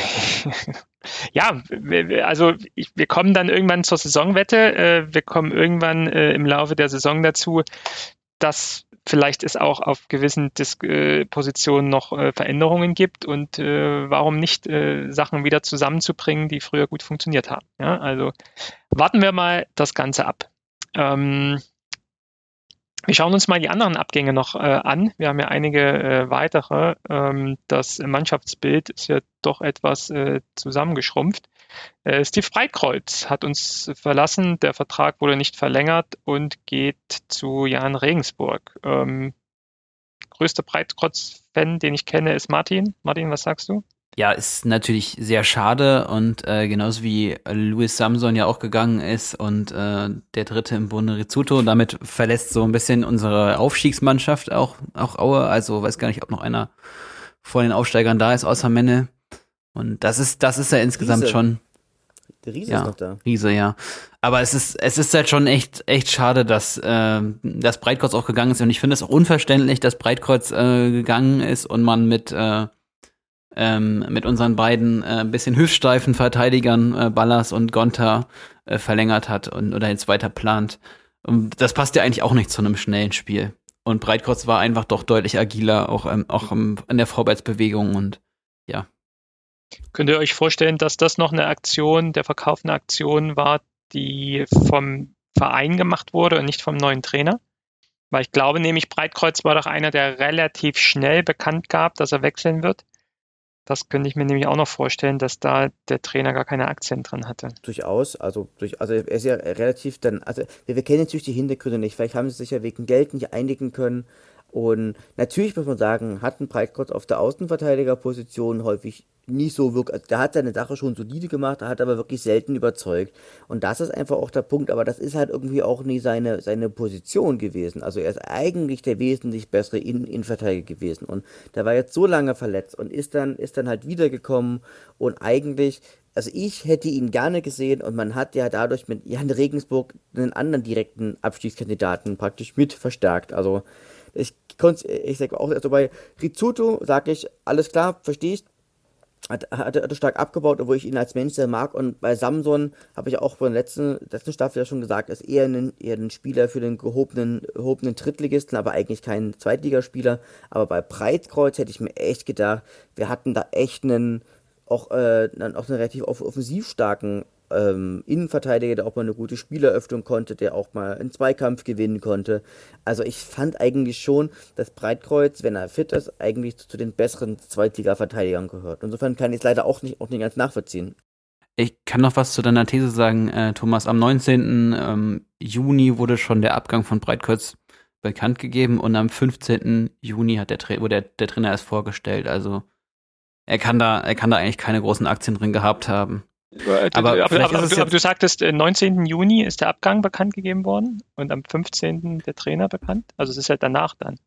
A: Ja, wir, wir- also ich, wir kommen dann irgendwann zur Saisonwette. Äh, wir kommen irgendwann äh, im Laufe der Saison dazu, dass vielleicht es auch auf gewissen Dis äh, Positionen noch äh, Veränderungen gibt und äh, warum nicht äh, Sachen wieder zusammenzubringen, die früher gut funktioniert haben. Ja, also warten wir mal das Ganze ab. Ähm, wir schauen uns mal die anderen Abgänge noch äh, an. Wir haben ja einige äh, weitere. Ähm, das Mannschaftsbild ist ja doch etwas äh, zusammengeschrumpft. Äh, Steve Breitkreuz hat uns verlassen. Der Vertrag wurde nicht verlängert und geht zu Jan Regensburg. Ähm, größter Breitkreuz-Fan, den ich kenne, ist Martin. Martin, was sagst du?
B: Ja, ist natürlich sehr schade und äh, genauso wie Luis Samson ja auch gegangen ist und äh, der dritte im Bunde Rizzuto, damit verlässt so ein bisschen unsere Aufstiegsmannschaft auch, auch Aue, also weiß gar nicht, ob noch einer vor den Aufsteigern da ist, außer Menne. Und das ist, das ist ja insgesamt
C: Riese.
B: schon,
C: Der Riese
B: ja,
C: ist noch da.
B: Riese, ja. Aber es ist, es ist halt schon echt, echt schade, dass, äh, dass Breitkreuz auch gegangen ist und ich finde es auch unverständlich, dass Breitkreuz äh, gegangen ist und man mit, äh, ähm, mit unseren beiden äh, bisschen hüftsteifen Verteidigern äh, Ballas und Gonta äh, verlängert hat und oder jetzt weiter plant. Und das passt ja eigentlich auch nicht zu einem schnellen Spiel. Und Breitkreuz war einfach doch deutlich agiler, auch, ähm, auch ähm, in der Vorwärtsbewegung und ja.
A: Könnt ihr euch vorstellen, dass das noch eine Aktion, der Verkauf eine Aktion war, die vom Verein gemacht wurde und nicht vom neuen Trainer? Weil ich glaube nämlich, Breitkreuz war doch einer, der relativ schnell bekannt gab, dass er wechseln wird. Das könnte ich mir nämlich auch noch vorstellen, dass da der Trainer gar keine Aktien drin hatte.
C: Durchaus, also durch, also er ist ja relativ dann, also wir, wir kennen natürlich die Hintergründe nicht, vielleicht haben sie sich ja wegen Geld nicht einigen können und natürlich muss man sagen, hat ein Breitkreuz auf der Außenverteidigerposition häufig nie so wirklich, also der hat seine Sache schon solide gemacht, er hat aber wirklich selten überzeugt und das ist einfach auch der Punkt, aber das ist halt irgendwie auch nie seine, seine Position gewesen, also er ist eigentlich der wesentlich bessere In Innenverteidiger gewesen und der war jetzt so lange verletzt und ist dann, ist dann halt wiedergekommen und eigentlich also ich hätte ihn gerne gesehen und man hat ja dadurch mit Jan Regensburg einen anderen direkten Abstiegskandidaten praktisch mit verstärkt. Also ich konnte, ich sag auch, also bei Rizzuto sage ich, alles klar, verstehe ich, hat, hat, hat er stark abgebaut, obwohl ich ihn als Mensch sehr mag. Und bei Samson habe ich auch bei der letzten, letzten Staffel ja schon gesagt, ist eher ein, eher ein Spieler für den gehobenen, gehobenen Drittligisten, aber eigentlich kein Zweitligaspieler. Aber bei Breitkreuz hätte ich mir echt gedacht, wir hatten da echt einen auch, äh, dann auch einen relativ off offensiv starken ähm, Innenverteidiger, der auch mal eine gute Spieleröffnung konnte, der auch mal einen Zweikampf gewinnen konnte. Also ich fand eigentlich schon, dass Breitkreuz, wenn er fit ist, eigentlich zu den besseren Zweitliga-Verteidigern gehört. Insofern kann ich es leider auch nicht, auch nicht ganz nachvollziehen.
B: Ich kann noch was zu deiner These sagen, äh, Thomas. Am neunzehnten Ähm, Juni wurde schon der Abgang von Breitkreuz bekannt gegeben und am fünfzehnten Juni hat der, Tra wurde der, der Trainer erst vorgestellt. Also er kann da, er kann da eigentlich keine großen Aktien drin gehabt haben.
A: Aber, aber, aber, aber, aber du sagtest, neunzehnten Juni ist der Abgang bekannt gegeben worden und am fünfzehnten der Trainer bekannt. Also es ist halt danach dann.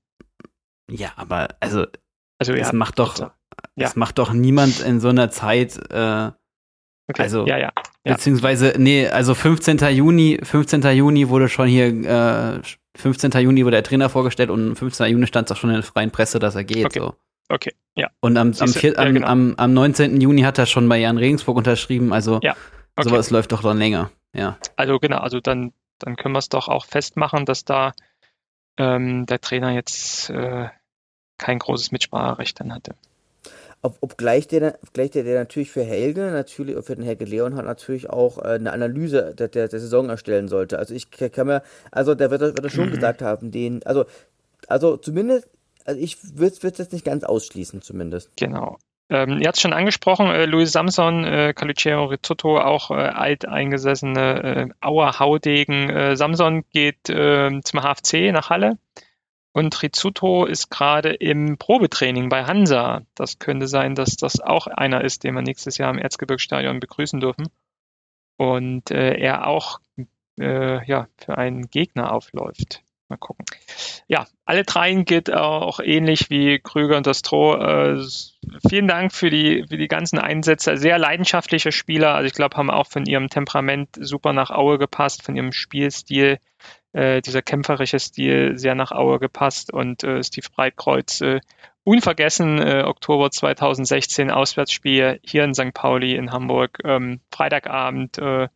B: Ja, aber also,
A: also
B: es
A: ja,
B: macht doch,
A: ja.
B: es macht doch niemand in so einer Zeit. Äh,
A: okay.
B: Also
A: ja, ja,
B: ja. Beziehungsweise nee, also fünfzehnten Juni, fünfzehnten Juni wurde schon hier, äh, fünfzehnten Juni wurde der Trainer vorgestellt und fünfzehnten Juni stand es auch schon in der freien Presse, dass er geht.
A: Okay.
B: So.
A: Okay, ja.
B: Und am, am, vier, am, ja, genau. am, am neunzehnten Juni hat er schon bei Jan Regensburg unterschrieben, also
A: ja. Okay.
B: Sowas läuft doch dann länger, ja.
A: Also genau, also dann, dann können wir es doch auch festmachen, dass da ähm, der Trainer jetzt äh, kein großes Mitspracherecht dann hatte.
C: Ob, obgleich der, obgleich der, der natürlich für Helge, natürlich für den Helge Leonhardt natürlich auch äh, eine Analyse der, der, der Saison erstellen sollte. Also ich kann mir, also der wird, wird er schon mhm. gesagt haben, den, also, also zumindest, also ich würde es jetzt nicht ganz ausschließen, zumindest.
A: Genau. Ähm, ihr habt es schon angesprochen, äh, Luis Samson, äh, Calogero Rizzuto, auch äh, alteingesessene äh, Auer Haudegen. Äh, Samson geht äh, zum H F C nach Halle und Rizzuto ist gerade im Probetraining bei Hansa. Das könnte sein, dass das auch einer ist, den wir nächstes Jahr im Erzgebirgsstadion begrüßen dürfen. Und äh, er auch äh, ja, für einen Gegner aufläuft. Mal gucken. Ja, alle dreien geht auch ähnlich wie Krüger und Dostro. Äh, vielen Dank für die, für die ganzen Einsätze. Sehr leidenschaftliche Spieler. Also ich glaube, haben auch von ihrem Temperament super nach Aue gepasst, von ihrem Spielstil. Äh, dieser kämpferische Stil sehr nach Aue gepasst. Und äh, Steve Breitkreuz, äh, unvergessen, äh, Oktober zweitausendsechzehn, Auswärtsspiel hier in Sankt Pauli in Hamburg. Ähm, Freitagabend, äh,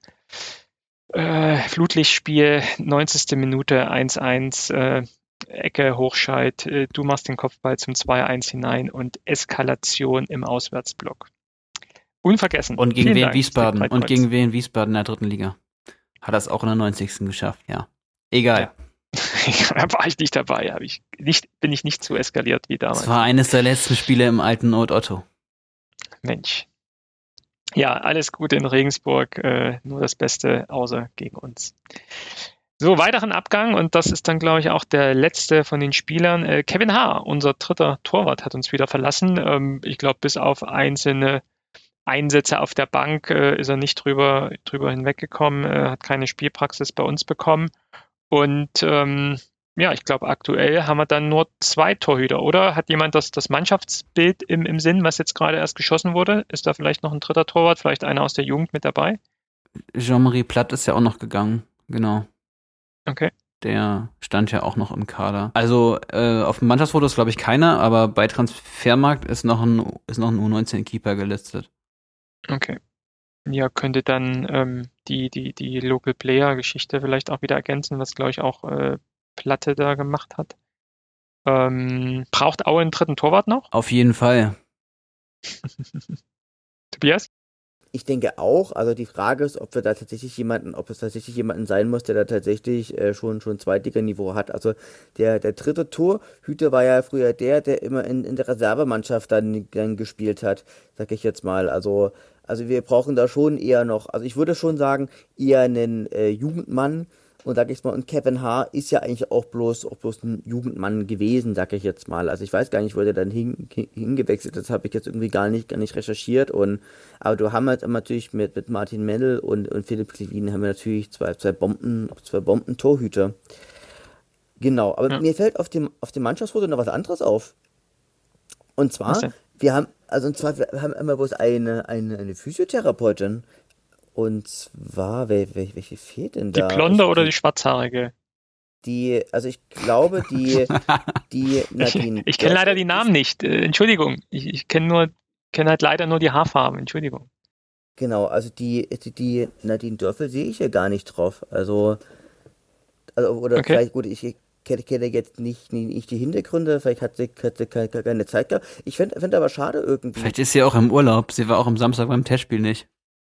A: Äh, Flutlichtspiel, neunzigste Minute, eins eins, äh, Ecke, Hochscheid, äh, du machst den Kopfball zum zwei eins hinein und Eskalation im Auswärtsblock. Unvergessen.
B: Und gegen Wien Wiesbaden, und gegen Wien Wiesbaden in der dritten Liga. Hat das auch in der neunzigsten geschafft, ja. Egal.
A: Ja. Da war ich nicht dabei, hab ich nicht, bin ich nicht so eskaliert wie damals.
B: Das war eines der letzten Spiele im alten Ort Otto.
A: Mensch. Ja, alles Gute in Regensburg, äh, nur das Beste außer gegen uns. So, weiteren Abgang, und das ist dann, glaube ich, auch der letzte von den Spielern. Äh, Kevin Haar, unser dritter Torwart, hat uns wieder verlassen. Ähm, ich glaube, bis auf einzelne Einsätze auf der Bank äh, ist er nicht drüber, drüber hinweggekommen, äh, hat keine Spielpraxis bei uns bekommen. Und ähm, ja, ich glaube, aktuell haben wir dann nur zwei Torhüter, oder? Hat jemand das, das Mannschaftsbild im, im Sinn, was jetzt gerade erst geschossen wurde? Ist da vielleicht noch ein dritter Torwart, vielleicht einer aus der Jugend mit dabei?
B: Jean-Marie Platt ist ja auch noch gegangen, genau.
A: Okay.
B: Der stand ja auch noch im Kader. Also äh, auf dem Mannschaftsfoto ist, glaube ich, keiner, aber bei Transfermarkt ist noch ein, ist noch ein U neunzehn-Keeper gelistet.
A: Okay. Ja, könnte dann ähm, die, die, die Local Player-Geschichte vielleicht auch wieder ergänzen, was, glaube ich, auch äh, Platte da gemacht hat. Ähm, braucht Aue einen dritten Torwart noch?
B: Auf jeden Fall.
A: Tobias?
C: Ich denke auch, also die Frage ist, ob wir da tatsächlich jemanden, ob es tatsächlich jemanden sein muss, der da tatsächlich äh, schon schon Zweitliganiveau hat. Also der der dritte Torhüter war ja früher der, der immer in, in der Reservemannschaft dann, dann gespielt hat, sag ich jetzt mal. Also also wir brauchen da schon eher noch, also ich würde schon sagen, eher einen äh, Jugendmann. Und sag ich mal, und Kevin Haar ist ja eigentlich auch bloß, auch bloß ein Jugendmann gewesen, sag ich jetzt mal. Also ich weiß gar nicht, wo der dann hin, hin, hingewechselt ist, das habe ich jetzt irgendwie gar nicht, gar nicht recherchiert. Und aber du haben halt natürlich mit, mit Martin Mendel und, und Philipp Klevin haben wir natürlich zwei, zwei Bomben, zwei Bomben-Torhüter. Genau, aber
A: Ja.
C: mir fällt auf dem, auf dem Mannschaftsfoto noch was anderes auf. Und
A: Was
C: zwar,
A: denn?
C: wir haben, also und zwar, wir haben immer bloß eine, eine, eine Physiotherapeutin. Und zwar, wel, wel, welche fehlt denn
A: Die
C: da?
A: blonde
C: Ich,
A: oder
C: die,
A: die schwarzhaarige?
C: die, also ich glaube, die, die
A: Ich,
C: Nadine
A: ich kenne leider
C: Dörfel
A: die
C: ist,
A: Namen nicht. Äh, Entschuldigung. Ich, ich kenne nur, kenne halt leider nur die Haarfarben. Entschuldigung.
C: genau, also die, die, die Nadine Dörfel sehe ich ja gar nicht drauf. Also, also oder
A: Okay.
C: vielleicht, gut, ich kenne, kenne jetzt nicht, nicht, nicht die Hintergründe, vielleicht hat sie, hat sie keine, keine Zeit gehabt. Ich fände fänd aber schade irgendwie.
B: Vielleicht ist sie auch im Urlaub. Sie war auch am Samstag beim Testspiel nicht.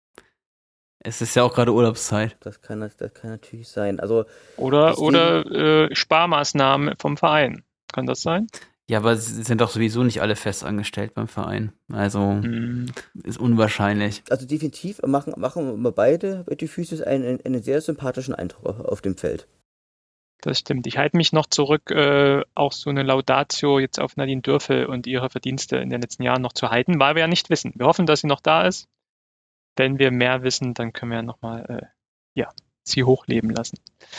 B: Es ist ja auch gerade Urlaubszeit.
C: Das kann, das kann natürlich sein. Also,
A: Oder,
C: deswegen,
A: oder äh, Sparmaßnahmen vom Verein. Kann das sein?
B: Ja, aber sie sind doch sowieso nicht alle fest angestellt beim Verein. Also
A: Hm,
B: ist unwahrscheinlich.
C: also definitiv machen, machen wir beide die Physios einen, einen sehr sympathischen Eindruck auf, auf dem Feld.
A: das stimmt. Ich halte mich noch zurück, äh, auch so eine Laudatio jetzt auf Nadine Dürfel und ihre Verdienste in den letzten Jahren noch zu halten, weil wir ja nicht wissen. Wir hoffen, dass sie noch da ist. Wenn wir mehr wissen, dann können wir ja nochmal, äh, ja, sie hochleben lassen.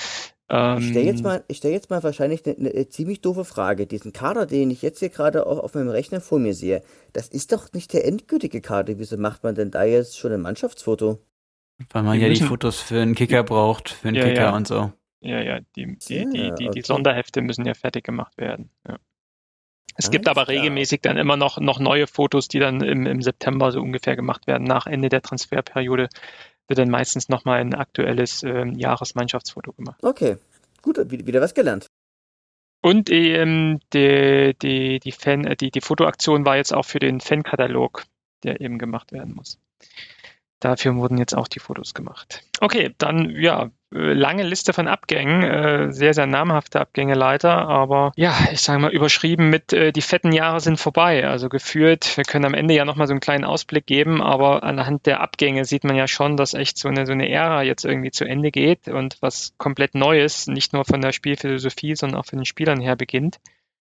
C: Ich stelle jetzt
A: Ähm,
C: mal, ich stelle jetzt mal wahrscheinlich eine, eine ziemlich doofe Frage. Diesen Kader, den ich jetzt hier gerade auf, auf meinem Rechner vor mir sehe, das ist doch nicht der endgültige Kader. Wieso macht man denn da jetzt schon ein Mannschaftsfoto?
B: Weil man
A: die
B: ja die
A: müssen,
B: Fotos für einen
A: die,
B: Kicker braucht, für einen
A: ja,
B: Kicker
A: ja,
B: und so.
A: ja, ja, die, die, die,
C: Tja,
A: die, die
C: okay.
A: Sonderhefte müssen ja fertig gemacht werden. Ja. Es gibt
C: Alles
A: aber
C: klar.
A: regelmäßig dann immer noch, noch neue Fotos, die dann im, im September so ungefähr gemacht werden. Nach Ende der Transferperiode wird dann meistens nochmal ein aktuelles ähm, Jahresmannschaftsfoto gemacht.
C: Okay. Gut, wieder, wieder was gelernt.
A: Und ähm, die, die, die, Fan, äh, die, die Fotoaktion war jetzt auch für den Fankatalog, der eben gemacht werden muss. Dafür wurden jetzt auch die Fotos gemacht. Okay, dann ja, äh, lange Liste von Abgängen, äh, sehr, sehr namhafte Abgänge leider, aber ja, ich sage mal überschrieben mit äh, die fetten Jahre sind vorbei. Also gefühlt, wir können am Ende ja nochmal so einen kleinen Ausblick geben, aber anhand der Abgänge sieht man ja schon, dass echt so eine, so eine Ära jetzt irgendwie zu Ende geht und was komplett Neues, nicht nur von der Spielphilosophie, sondern auch von den Spielern her beginnt.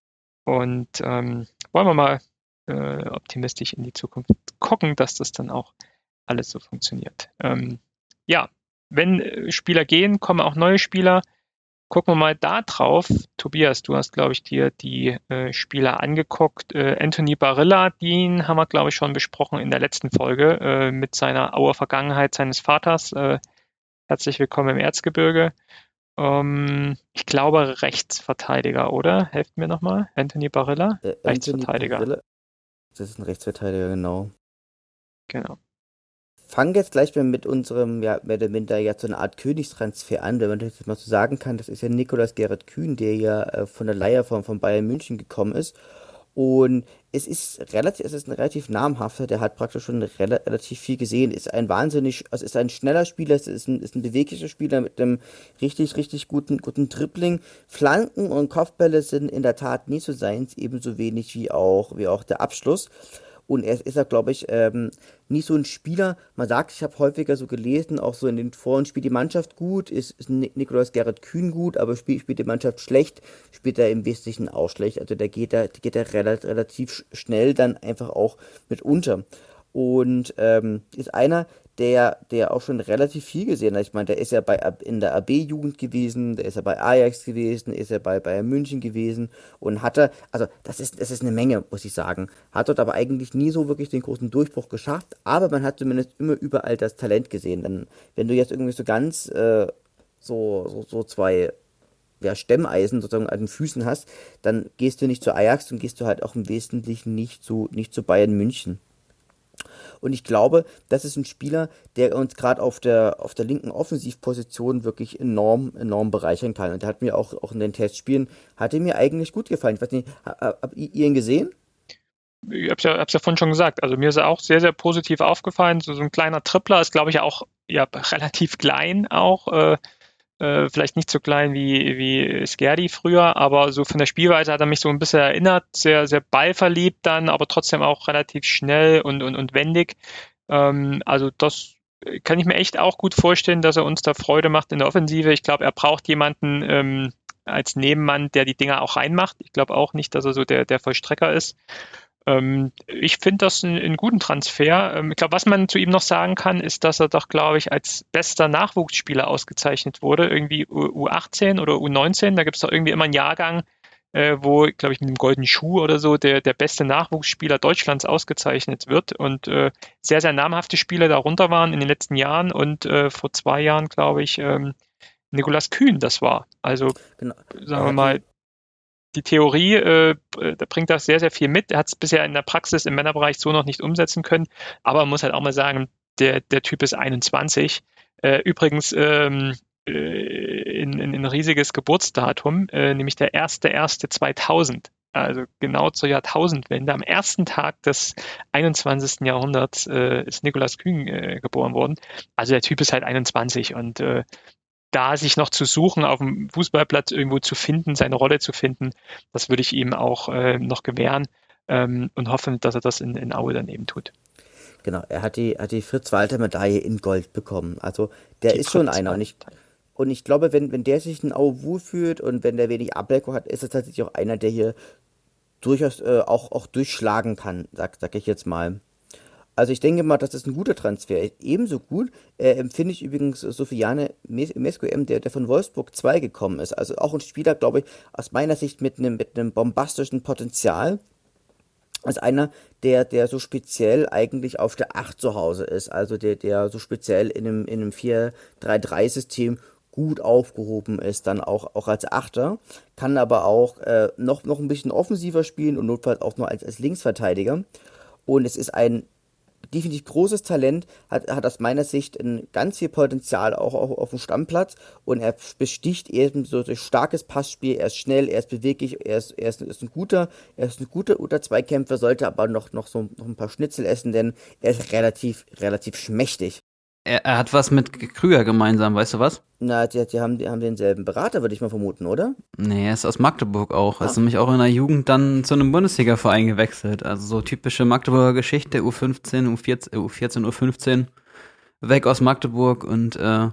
A: Und ähm, wollen wir mal äh, optimistisch in die Zukunft gucken, dass das dann auch alles so funktioniert. Ähm, ja, wenn äh, Spieler gehen, kommen auch neue Spieler. Gucken wir mal da drauf. Tobias, du hast, glaube ich, dir die äh, Spieler angeguckt. Äh, Anthony Barilla, den haben wir, glaube ich, schon besprochen in der letzten Folge äh, mit seiner Auer Vergangenheit seines Vaters. Äh, herzlich willkommen im Erzgebirge. Ähm, ich glaube Rechtsverteidiger, oder? Helft mir nochmal. Anthony Barilla,
C: Äh, Anthony
A: Rechtsverteidiger.
C: Barilla, das ist ein Rechtsverteidiger, genau.
A: Genau.
C: Fangen jetzt gleich mal mit unserem, ja, mehr oder minder ja so eine Art Königstransfer an, wenn man das jetzt mal so sagen kann. Das ist ja Nikolaus Gerrit Kühn, der ja äh, von der Leihe von, von Bayern München gekommen ist. Und es ist relativ, es ist ein relativ namhafter, der hat praktisch schon rela relativ viel gesehen, ist ein wahnsinnig, also ist ein schneller Spieler, es ist ein, ist ein beweglicher Spieler mit einem richtig, richtig guten, guten Dribbling. Flanken und Kopfbälle sind in der Tat nie so seins, ebenso wenig wie auch, wie auch der Abschluss. Und er ist ja, glaube ich, ähm, nicht so ein Spieler. Man sagt, ich habe häufiger so gelesen, auch so in den Foren, spielt die Mannschaft gut, ist, ist Ni- Nikolaus Gerrit Kühn gut, aber spielt, spielt die Mannschaft schlecht, spielt er im Wesentlichen auch schlecht. Also da geht er, geht er relativ, relativ sch- schnell dann einfach auch mit unter. Und ähm, ist einer, der, der auch schon relativ viel gesehen hat. Ich meine, der ist ja bei, A- in der A B-Jugend gewesen, der ist ja bei Ajax gewesen, ist ja bei Bayern München gewesen und hatte, also das ist, das ist eine Menge, muss ich sagen. Hat dort aber eigentlich nie so wirklich den großen Durchbruch geschafft, aber man hat zumindest immer überall das Talent gesehen. Denn wenn du jetzt irgendwie so ganz äh, so, so, so zwei ja, Stemmeisen sozusagen an den Füßen hast, dann gehst du nicht zu Ajax und gehst du halt auch im Wesentlichen nicht zu, nicht zu Bayern München. Und ich glaube, das ist ein Spieler, der uns gerade auf der, auf der linken Offensivposition wirklich enorm, enorm bereichern kann. Und der hat mir auch, auch in den Testspielen, hat er mir eigentlich gut gefallen. Ich weiß nicht, ha- habt ihr ihn gesehen?
A: ich habe es ja, hab's ja vorhin schon gesagt, also mir ist er auch sehr, sehr positiv aufgefallen. So, so ein kleiner Tripler ist, glaube ich, ja auch ja, relativ klein auch. Äh, äh, vielleicht nicht so klein wie, wie Skerdi früher, aber so von der Spielweise hat er mich so ein bisschen erinnert. Sehr, sehr ballverliebt dann, aber trotzdem auch relativ schnell und, und, und wendig. Ähm, also das kann ich mir echt auch gut vorstellen, dass er uns da Freude macht in der Offensive. Ich glaube, er braucht jemanden ähm, als Nebenmann, der die Dinger auch reinmacht. Ich glaube auch nicht, dass er so der, der Vollstrecker ist. Ähm, ich finde das einen, einen guten Transfer. Ähm, ich glaube, was man zu ihm noch sagen kann, ist, dass er doch, glaube ich, als bester Nachwuchsspieler ausgezeichnet wurde. Irgendwie U achtzehn oder U neunzehn. Da gibt es doch irgendwie immer einen Jahrgang, äh, wo, glaube ich, mit dem goldenen Schuh oder so der, der beste Nachwuchsspieler Deutschlands ausgezeichnet wird. Und äh, sehr, sehr namhafte Spieler darunter waren in den letzten Jahren. Und äh, vor zwei Jahren, glaube ich, ähm, Nicolas Kühn das war. Also,
C: Genau.
A: sagen wir mal, die Theorie, äh, da bringt das sehr, sehr viel mit. Er hat es bisher in der Praxis im Männerbereich so noch nicht umsetzen können. Aber man muss halt auch mal sagen, der, der Typ ist einundzwanzig. Äh, übrigens ähm, äh, in, in ein riesiges Geburtsdatum, äh, nämlich der erste erste zweitausend. Also genau zur Jahrtausendwende. Am ersten Tag des einundzwanzigsten Jahrhunderts äh, ist Nicolas Kühn äh, geboren worden. Also der Typ ist halt einundzwanzig und äh, da sich noch zu suchen, auf dem Fußballplatz irgendwo zu finden, seine Rolle zu finden, das würde ich ihm auch äh, noch gewähren ähm, und hoffen, dass er das in, in Aue dann eben tut.
C: Genau, er hat die, hat die Fritz-Walter-Medaille in Gold bekommen. Also der
A: Die
C: ist schon
A: Fritz
C: einer.
A: war.
C: Und ich, und ich glaube, wenn, wenn der sich in Aue wohlfühlt und wenn der wenig Ablenkung hat, ist er tatsächlich auch einer, der hier durchaus äh, auch, auch durchschlagen kann, sag, sag ich jetzt mal. Also ich denke mal, das ist ein guter Transfer. Ebenso gut äh, empfinde ich übrigens Sofiane Mes- Mescoem, der, der von Wolfsburg zwei gekommen ist. Also auch ein Spieler, glaube ich, aus meiner Sicht mit einem mit einem bombastischen Potenzial. Als einer, der, der so speziell eigentlich auf der acht zu Hause ist. Also der, der so speziell in einem, in einem vier drei drei System gut aufgehoben ist, dann auch, auch als Achter, kann aber auch äh, noch, noch ein bisschen offensiver spielen und notfalls auch noch als, als Linksverteidiger. Und es ist ein definitiv großes Talent, hat, hat aus meiner Sicht ein ganz viel Potenzial auch, auch auf dem Stammplatz und er besticht eben so durch starkes Passspiel, er ist schnell, er ist beweglich, er ist, er ist, ist ein guter, er ist ein guter unter Zweikämpfer, sollte aber noch, noch so noch ein paar Schnitzel essen, denn er ist relativ, relativ schmächtig.
B: Er, er hat was mit Krüger gemeinsam, weißt du was?
C: Na, die, die haben, die haben denselben Berater, würde ich mal vermuten, oder?
B: Nee, er ist aus Magdeburg auch. Er
C: Ah.
B: ist nämlich auch in der Jugend dann zu einem Bundesliga-Verein gewechselt. Also so typische Magdeburger Geschichte, U fünfzehn, U vierzehn, U vierzehn, U fünfzehn. Weg aus Magdeburg und äh,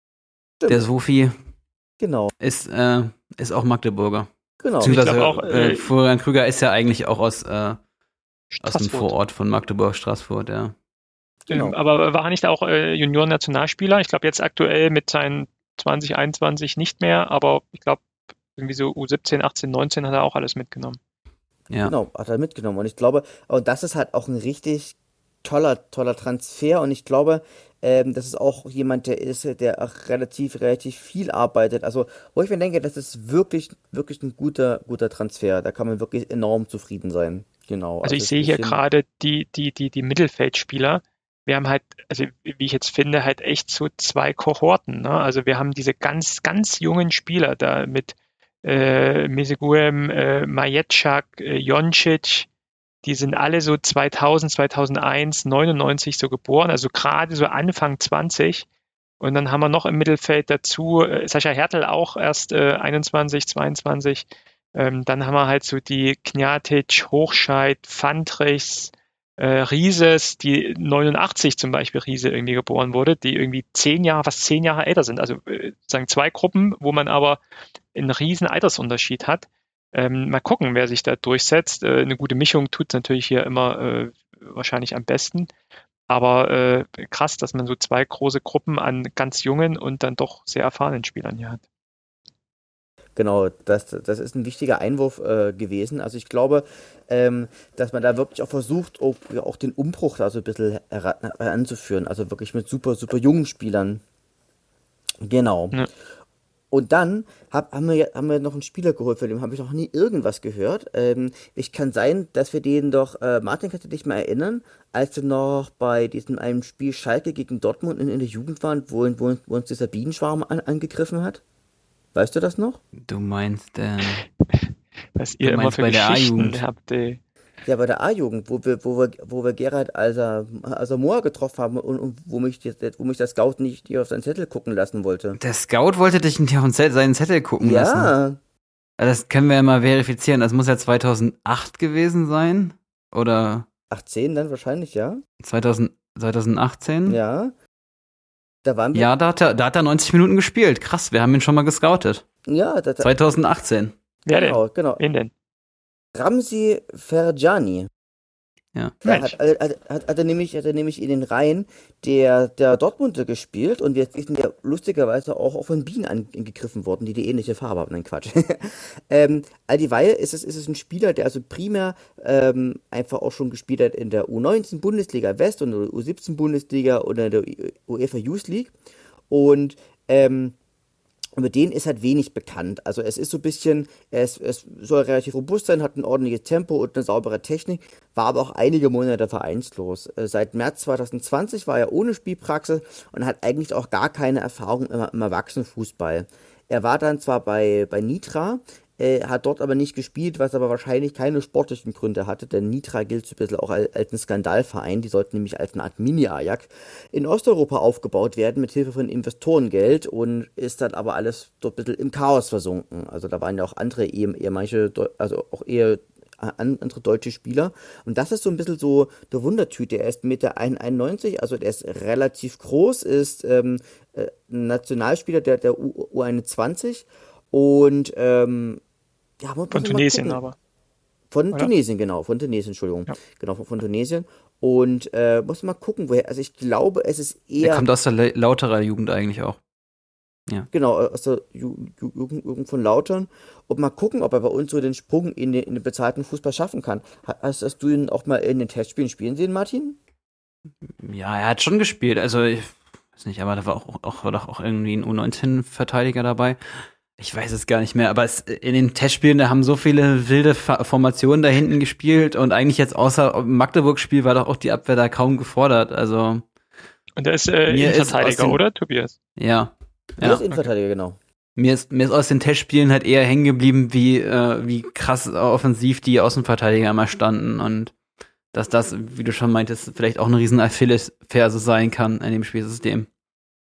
B: der Sofi
C: Genau,
B: ist, äh, ist auch Magdeburger.
C: genau.
B: Beziehungsweise
A: Ich glaub auch,
B: äh,
A: äh,
B: Florian Krüger ist ja eigentlich auch aus, äh, aus dem
A: Straßburg.
B: Vorort von Magdeburg, Straßburg, ja.
C: Genau.
A: Ähm, Aber war er nicht auch äh, Junioren-Nationalspieler? Ich glaube jetzt aktuell mit seinen zwanzig, einundzwanzig nicht mehr, aber ich glaube irgendwie so U siebzehn, achtzehn, neunzehn hat er auch alles mitgenommen.
B: Ja.
C: Genau, hat er mitgenommen. Und ich glaube, und das ist halt auch ein richtig toller, toller Transfer. Und ich glaube, ähm, das ist auch jemand, der ist, der auch relativ, relativ viel arbeitet. Also, wo ich mir denke, das ist wirklich, wirklich ein guter, guter Transfer. Da kann man wirklich enorm zufrieden sein. Genau.
A: Also ich
C: ist
A: sehe
C: ein
A: hier
C: bisschen,
A: gerade die, die, die, die Mittelfeldspieler. Wir haben halt, also wie ich jetzt finde, halt echt so zwei Kohorten. Ne? Also wir haben diese ganz, ganz jungen Spieler da mit äh, Meseguem, äh, Majetschak, äh, Joncic, die sind alle so zweitausend, zweitausendeins, neunundneunzig so geboren, also gerade so Anfang zwanzig. Und dann haben wir noch im Mittelfeld dazu äh, Sascha Hertel auch erst äh, einundzwanzig, zweiundzwanzig. Ähm, dann haben wir halt so die Kniatic, Hochscheid, Fandrichs, äh, Rieses, die neunundachtzig zum Beispiel Riese irgendwie geboren wurde, die irgendwie zehn Jahre, fast zehn Jahre älter sind. Also äh, sagen zwei Gruppen, wo man aber einen riesen Altersunterschied hat. Ähm, mal gucken, wer sich da durchsetzt. Äh, eine gute Mischung tut natürlich hier immer äh, wahrscheinlich am besten. Aber äh, krass, dass man so zwei große Gruppen an ganz jungen und dann doch sehr erfahrenen Spielern hier hat.
C: genau, das, das ist ein wichtiger Einwurf äh, gewesen. Also ich glaube, ähm, dass man da wirklich auch versucht, auch, auch den Umbruch da so ein bisschen heran- heranzuführen. Also wirklich mit super, super jungen Spielern. Genau.
A: Ja.
C: Und dann hab, haben, wir, ja- haben wir noch einen Spieler geholt, von dem habe ich noch nie irgendwas gehört. Ähm, ich kann sein, dass wir den doch, äh, Martin, kannst du dich mal erinnern, als wir noch bei diesem einem Spiel Schalke gegen Dortmund in, in der Jugend waren, wo, wo, wo uns dieser Bienenschwarm an, angegriffen hat? Weißt du das noch?
B: Du meinst, äh,
A: Was
B: Du
A: ihr immer
B: meinst
A: für
B: bei der
A: Geschichten
B: A-Jugend?
A: habt. Ey.
C: Ja, bei der A-Jugend, wo wir, wo wir, wo wir Gerhard Asa- Asamoah getroffen haben und, und wo mich, jetzt- wo mich der Scout nicht auf seinen Zettel gucken lassen wollte.
B: Der Scout wollte dich nicht auf den Zettel- seinen Zettel gucken lassen.
C: Ja,
B: Also das können wir ja mal verifizieren. Das muss ja zweitausendacht gewesen sein. Oder
C: achtzehn dann wahrscheinlich, ja.
B: zweitausend, zweitausendachtzehn?
C: Ja, da waren wir.
B: Ja, da hat, er, da hat er neunzig Minuten gespielt. Krass, wir haben ihn schon mal gescoutet.
C: Ja, da, da,
B: zweitausendachtzehn.
A: Wer denn?
C: genau, genau.
A: Wen denn?
C: Ramzi Ferjani.
B: Ja.
C: Ja,
A: Mensch.
C: hat, hat, hat, hat, er nämlich, hat er nämlich in den Reihen der, der Dortmunder gespielt und wir sind ja lustigerweise auch, auch von Bienen angegriffen worden, die die ähnliche Farbe haben. Nein, Quatsch. ähm, all dieweil ist es, ist es ein Spieler, der also primär ähm, einfach auch schon gespielt hat in der U neunzehn Bundesliga West und der U siebzehn Bundesliga oder in der UEFA Youth League und ähm, über den ist halt wenig bekannt. Also es ist so ein bisschen, es, es soll relativ robust sein, hat ein ordentliches Tempo und eine saubere Technik, war aber auch einige Monate vereinslos. Äh, Seit März zweitausendzwanzig war er ohne Spielpraxis und hat eigentlich auch gar keine Erfahrung im, im Erwachsenenfußball. Er war dann zwar bei, bei Nitra, äh, hat dort aber nicht gespielt, was aber wahrscheinlich keine sportlichen Gründe hatte, denn Nitra gilt so ein bisschen auch als, als ein Skandalverein. Die sollten nämlich als eine Art Mini-Ajax in Osteuropa aufgebaut werden mit Hilfe von Investorengeld und ist dann aber alles dort ein bisschen im Chaos versunken. Also da waren ja auch andere ehe, ehemalige, Deu- also auch eher an, andere deutsche Spieler. Und das ist so ein bisschen so der Wundertüte. Er ist eins Komma einundneunzig, also der ist relativ groß, ist ähm, äh, ein Nationalspieler der, der U, U21 und ähm, ja, muss,
A: Von
C: muss man mal
A: Tunesien
C: gucken.
A: aber,
C: Von
A: oder?
C: Tunesien, genau, von Tunesien, Entschuldigung.
A: Ja.
C: Genau, von, von Tunesien. Und äh, muss mal gucken, woher. Also ich glaube, es ist
B: Der
C: eher,
B: kommt aus der Le- Lauterer Jugend eigentlich auch.
C: genau, aus der Ju Ju Jugend, Jugend von Lautern. Und mal gucken, ob er bei uns so den Sprung in den, in den bezahlten Fußball schaffen kann. Ha- Hast, hast du ihn auch mal in den Testspielen spielen sehen, Martin?
B: Ja, er hat schon gespielt. Also ich weiß nicht, aber da war auch, auch, war doch auch irgendwie ein U neunzehn-Verteidiger dabei. Ich weiß es gar nicht mehr, aber es, in den Testspielen, da haben so viele wilde Fa- Formationen da hinten gespielt und eigentlich jetzt außer im Magdeburg-Spiel war doch auch die Abwehr da kaum gefordert. Also
A: Und der ist äh,
B: Mir ist aus
A: Innenverteidiger,
B: den-
A: oder, Tobias?
B: ja,
C: Er
B: ja.
C: ist Innenverteidiger, genau.
B: Mir ist, mir ist aus den Testspielen halt eher hängen geblieben, wie, äh, wie krass offensiv die Außenverteidiger immer standen und dass das, wie du schon meintest, vielleicht auch eine riesen Achillesferse sein kann in dem Spielsystem.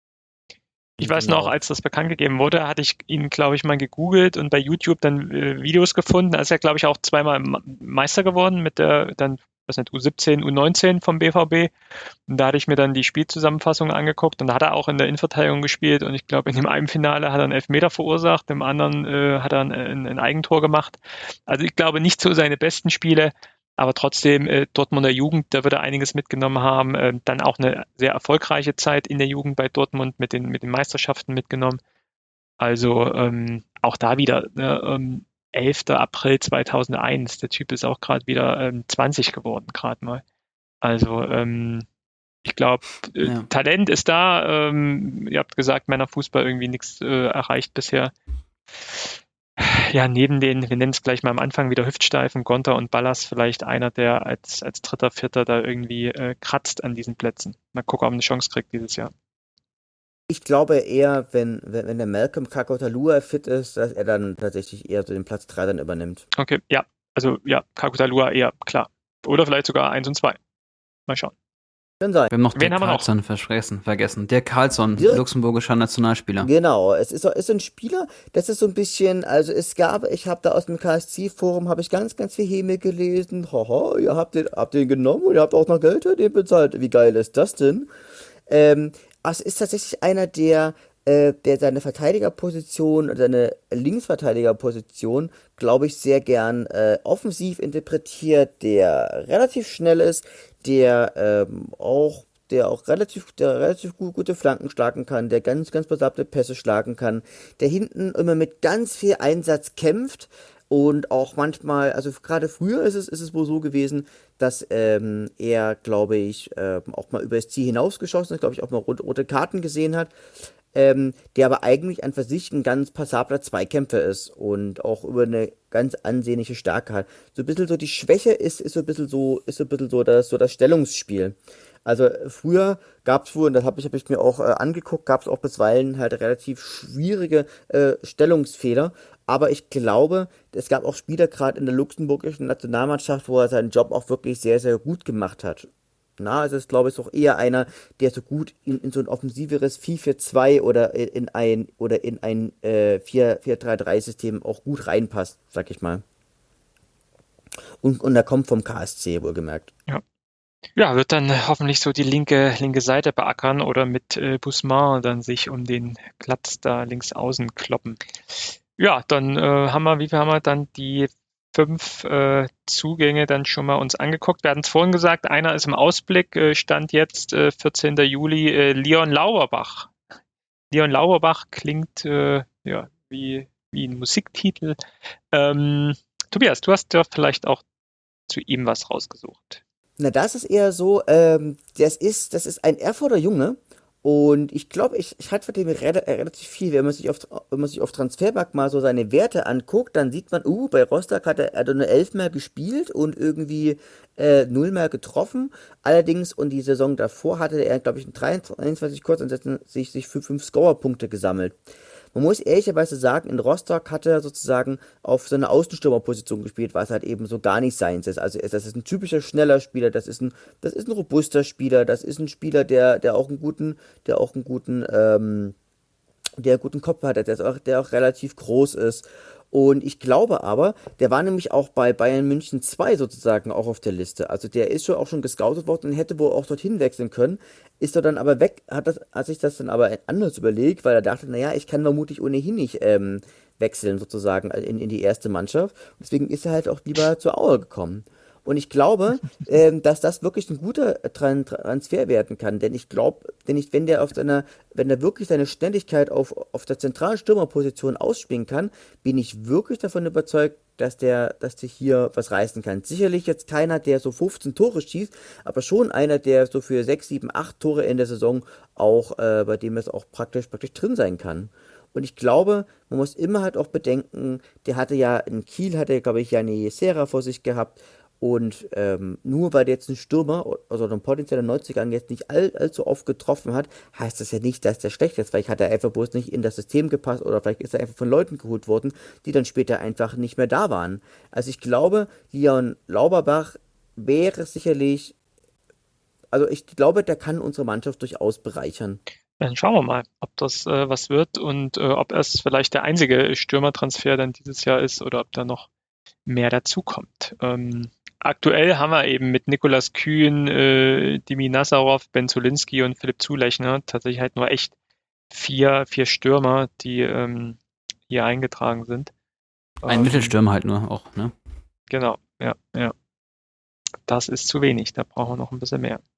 A: Ich weiß
C: Genau.
A: noch, als das bekannt gegeben wurde, hatte ich ihn, glaube ich, mal gegoogelt und bei YouTube dann äh, Videos gefunden. Da ist er, glaube ich, auch zweimal Ma- Meister geworden mit der dann, was nicht, U siebzehn, U neunzehn vom B V B. Und da hatte ich mir dann die Spielzusammenfassung angeguckt und da hat er auch in der Innenverteidigung gespielt und ich glaube, in dem einen Finale hat er einen Elfmeter verursacht, im anderen äh, hat er ein, ein, ein Eigentor gemacht. Also ich glaube nicht so seine besten Spiele, aber trotzdem äh, Dortmunder Jugend, da wird er einiges mitgenommen haben. Äh, dann auch eine sehr erfolgreiche Zeit in der Jugend bei Dortmund mit den, mit den Meisterschaften mitgenommen. Also ähm, auch da wieder, ne, ähm, elfter April zweitausendeins. Der Typ ist auch gerade wieder ähm, zwanzig geworden, gerade mal. Also ähm, ich glaube, äh,
B: Ja.
A: Talent ist da. Ähm, ihr habt gesagt, Männerfußball irgendwie nichts äh, erreicht bisher. Ja, neben den, wir nennen es gleich mal am Anfang wieder Hüftsteifen, Gonter und Ballas, vielleicht einer, der als, als dritter, vierter da irgendwie äh, kratzt an diesen Plätzen. Mal gucken, ob er eine Chance kriegt dieses Jahr.
C: Ich glaube eher, wenn, wenn, wenn der Malcolm Kakotalua fit ist, dass er dann tatsächlich eher so den Platz drei dann übernimmt.
A: Okay, ja, also ja, Kakutalua eher, klar. Oder vielleicht sogar eins und zwei. Mal schauen.
C: Kann sein.
B: Wir haben noch
A: Wen
B: Dirk
A: haben wir noch?
B: Karlsson vergessen, vergessen. Der Karlsson,
C: Dirk-
B: luxemburgischer Nationalspieler.
C: Genau, es ist, so- ist so ein Spieler, das ist so ein bisschen, also es gab, ich habe da aus dem K S C-Forum, habe ich ganz, ganz viel Häme gelesen. Haha, ihr habt den, habt den genommen und ihr habt auch noch Geld für den bezahlt. Wie geil ist das denn? Ähm, also es ist tatsächlich einer, der, äh, der seine Verteidigerposition, seine Linksverteidigerposition, glaube ich, sehr gern äh, offensiv interpretiert, der relativ schnell ist, der ähm, auch, der auch relativ, der relativ gut, gute Flanken schlagen kann, der ganz, ganz besatzte Pässe schlagen kann, der hinten immer mit ganz viel Einsatz kämpft und auch manchmal, also gerade früher ist es, ist es wohl so gewesen, dass ähm, er, glaube ich, ähm, auch mal über das Ziel hinausgeschossen hat, glaube ich, auch mal rote, rote Karten gesehen hat, ähm, der aber eigentlich an für sich ein ganz passabler Zweikämpfer ist und auch über eine ganz ansehnliche Stärke hat. So ein bisschen so die Schwäche ist, ist so ein bisschen so, ist so ein bisschen so das, so das Stellungsspiel. Also früher gab es wohl, und das habe ich, hab ich mir auch äh, angeguckt, gab es auch bisweilen halt relativ schwierige äh, Stellungsfehler. Aber ich glaube, es gab auch Spieler gerade in der luxemburgischen Nationalmannschaft, wo er seinen Job auch wirklich sehr, sehr gut gemacht hat. Na, also ich glaube, es ist auch eher einer, der so gut in, in so ein offensiveres vier vier zwei oder in ein oder in ein äh, vier vier drei drei System auch gut reinpasst, sag ich mal. Und, und er kommt vom K S C, wohlgemerkt.
A: Ja. Ja, wird dann hoffentlich so die linke, linke Seite beackern oder mit äh, Busman dann sich um den Platz da links außen kloppen. Ja, dann äh, haben wir, wie viel haben wir dann die fünf äh, Zugänge dann schon mal uns angeguckt. Wir hatten es vorhin gesagt, einer ist im Ausblick, äh, stand jetzt äh, vierzehnten Juli, äh, Leon Lauberbach. Leon Lauberbach klingt äh, ja wie, wie ein Musiktitel. Ähm, Tobias, du hast ja vielleicht auch zu ihm was rausgesucht.
C: Na, das ist eher so, ähm, das ist, das ist ein Erfurter Junge. Und ich glaube, ich, ich hatte von dem rela- äh, relativ viel. Wenn man sich auf, wenn man sich auf Transfermarkt mal so seine Werte anguckt, dann sieht man, uh, bei Rostock hat er, hat er nur elf Mal gespielt und irgendwie äh, null Mal getroffen. Allerdings, und die Saison davor hatte er, glaube ich, in dreiundzwanzig Kurzeinsätzen sich, sich für fünf Scorerpunkte gesammelt. Man muss ehrlicherweise sagen, in Rostock hat er sozusagen auf seiner Außenstürmerposition gespielt, was halt eben so gar nicht seins ist. Also das ist ein typischer schneller Spieler, das ist ein, das ist ein robuster Spieler, das ist ein Spieler, der, der auch einen guten, der auch einen guten, ähm, der einen guten Kopf hat, der ist auch, der auch relativ groß ist. Und ich glaube aber, der war nämlich auch bei Bayern München zwei sozusagen auch auf der Liste. Also der ist schon auch schon gescoutet worden und hätte wohl auch dorthin wechseln können. Ist er dann aber weg, hat, das, hat sich das dann aber anders überlegt, weil er dachte, naja, ich kann vermutlich ohnehin nicht ähm, wechseln sozusagen in, in die erste Mannschaft. Und deswegen ist er halt auch lieber zur Aue gekommen. Und ich glaube, ähm, dass das wirklich ein guter Tran Transfer werden kann, denn ich glaube, denn ich, wenn der auf seiner, wenn er wirklich seine Schnelligkeit auf, auf der zentralen Stürmerposition ausspielen kann, bin ich wirklich davon überzeugt, dass der, dass der hier was reißen kann. Sicherlich jetzt keiner, der so fünfzehn Tore schießt, aber schon einer, der so für sechs, sieben, acht Tore in der Saison auch, äh, bei dem es auch praktisch, praktisch drin sein kann. Und ich glaube, man muss immer halt auch bedenken, der hatte ja in Kiel, hatte, glaube ich, Janni Serra vor sich gehabt. Und ähm, nur weil der jetzt ein Stürmer, also ein potenzieller neunziger jetzt nicht all, allzu oft getroffen hat, heißt das ja nicht, dass der schlecht ist. Vielleicht hat er einfach bloß nicht in das System gepasst oder vielleicht ist er einfach von Leuten geholt worden, die dann später einfach nicht mehr da waren. Also ich glaube, Leon Lauberbach wäre sicherlich, also ich glaube, der kann unsere Mannschaft durchaus bereichern.
A: Dann schauen wir mal, ob das äh, was wird und äh, ob es vielleicht der einzige Stürmertransfer dann dieses Jahr ist oder ob da noch mehr dazukommt. Ähm, aktuell haben wir eben mit Nikolas Kühn, äh, Dimi Nazarov, Ben Zulinski und Philipp Zulechner tatsächlich halt nur echt vier, vier Stürmer, die ähm, hier eingetragen sind.
B: Ein
A: Ähm,
B: Mittelstürmer halt nur auch, ne?
A: Genau, ja, ja. Das ist zu wenig, da brauchen wir noch ein bisschen mehr.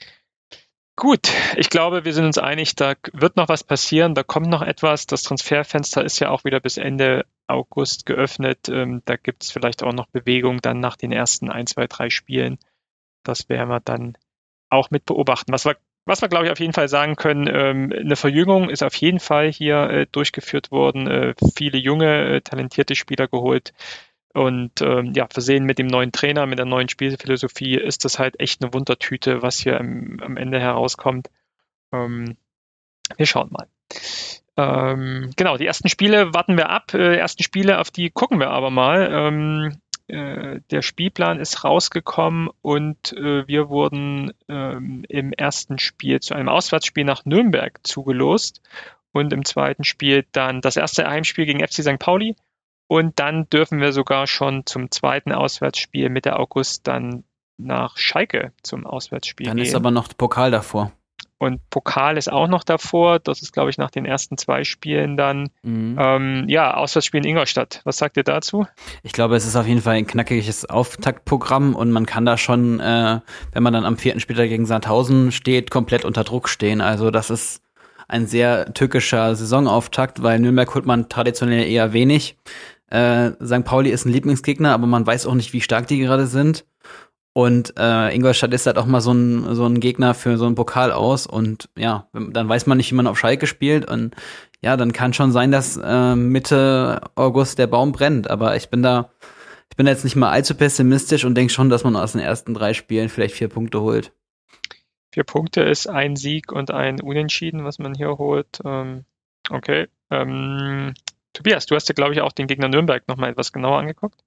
A: Gut, ich glaube, wir sind uns einig, da wird noch was passieren, da kommt noch etwas. Das Transferfenster ist ja auch wieder bis Ende August geöffnet. Ähm, da gibt es vielleicht auch noch Bewegung dann nach den ersten ein, zwei, drei Spielen. Das werden wir dann auch mit beobachten. Was wir, was wir glaube ich, auf jeden Fall sagen können, ähm, eine Verjüngung ist auf jeden Fall hier äh, durchgeführt worden. Äh, viele junge, äh, talentierte Spieler geholt. Und ähm, ja, versehen mit dem neuen Trainer, mit der neuen Spielphilosophie ist das halt echt eine Wundertüte, was hier am, am Ende herauskommt. Ähm, wir schauen mal. Ähm, genau, die ersten Spiele warten wir ab. Äh, ersten Spiele, auf die gucken wir aber mal. Ähm, äh, der Spielplan ist rausgekommen und äh, wir wurden ähm, im ersten Spiel zu einem Auswärtsspiel nach Nürnberg zugelost und im zweiten Spiel dann das erste Heimspiel gegen F C Sankt Pauli. Und dann dürfen wir sogar schon zum zweiten Auswärtsspiel Mitte August dann nach Schalke zum Auswärtsspiel
B: Dann
A: gehen.
B: ist aber noch Pokal davor.
A: Und Pokal ist auch noch davor. Das ist, glaube ich, nach den ersten zwei Spielen dann.
B: Mhm.
A: Ähm, ja, Auswärtsspiel in Ingolstadt. Was sagt ihr dazu?
B: Ich glaube, es ist auf jeden Fall ein knackiges Auftaktprogramm und man kann da schon, äh, wenn man dann am vierten Spieltag gegen Sandhausen steht, komplett unter Druck stehen. Also das ist ein sehr tückischer Saisonauftakt, weil Nürnberg holt man traditionell eher wenig. Äh, Sankt Pauli ist ein Lieblingsgegner, aber man weiß auch nicht, wie stark die gerade sind. Und äh, Ingolstadt ist halt auch mal so ein, so ein Gegner für so einen Pokal aus. Und ja, dann weiß man nicht, wie man auf Schalke spielt. Und ja, dann kann schon sein, dass äh, Mitte August der Baum brennt. Aber ich bin da, ich bin da jetzt nicht mal allzu pessimistisch und denke schon, dass man aus den ersten drei Spielen vielleicht vier Punkte holt.
A: Vier Punkte ist ein Sieg und ein Unentschieden, was man hier holt. Ähm, okay. Ähm, Tobias, du hast dir, glaube ich, auch den Gegner Nürnberg nochmal etwas genauer angeguckt.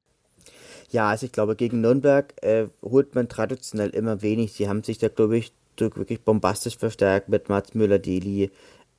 C: Ja, also ich glaube, gegen Nürnberg äh, holt man traditionell immer wenig. Sie haben sich da, glaube ich, durch wirklich bombastisch verstärkt mit Mats Müller-Deli,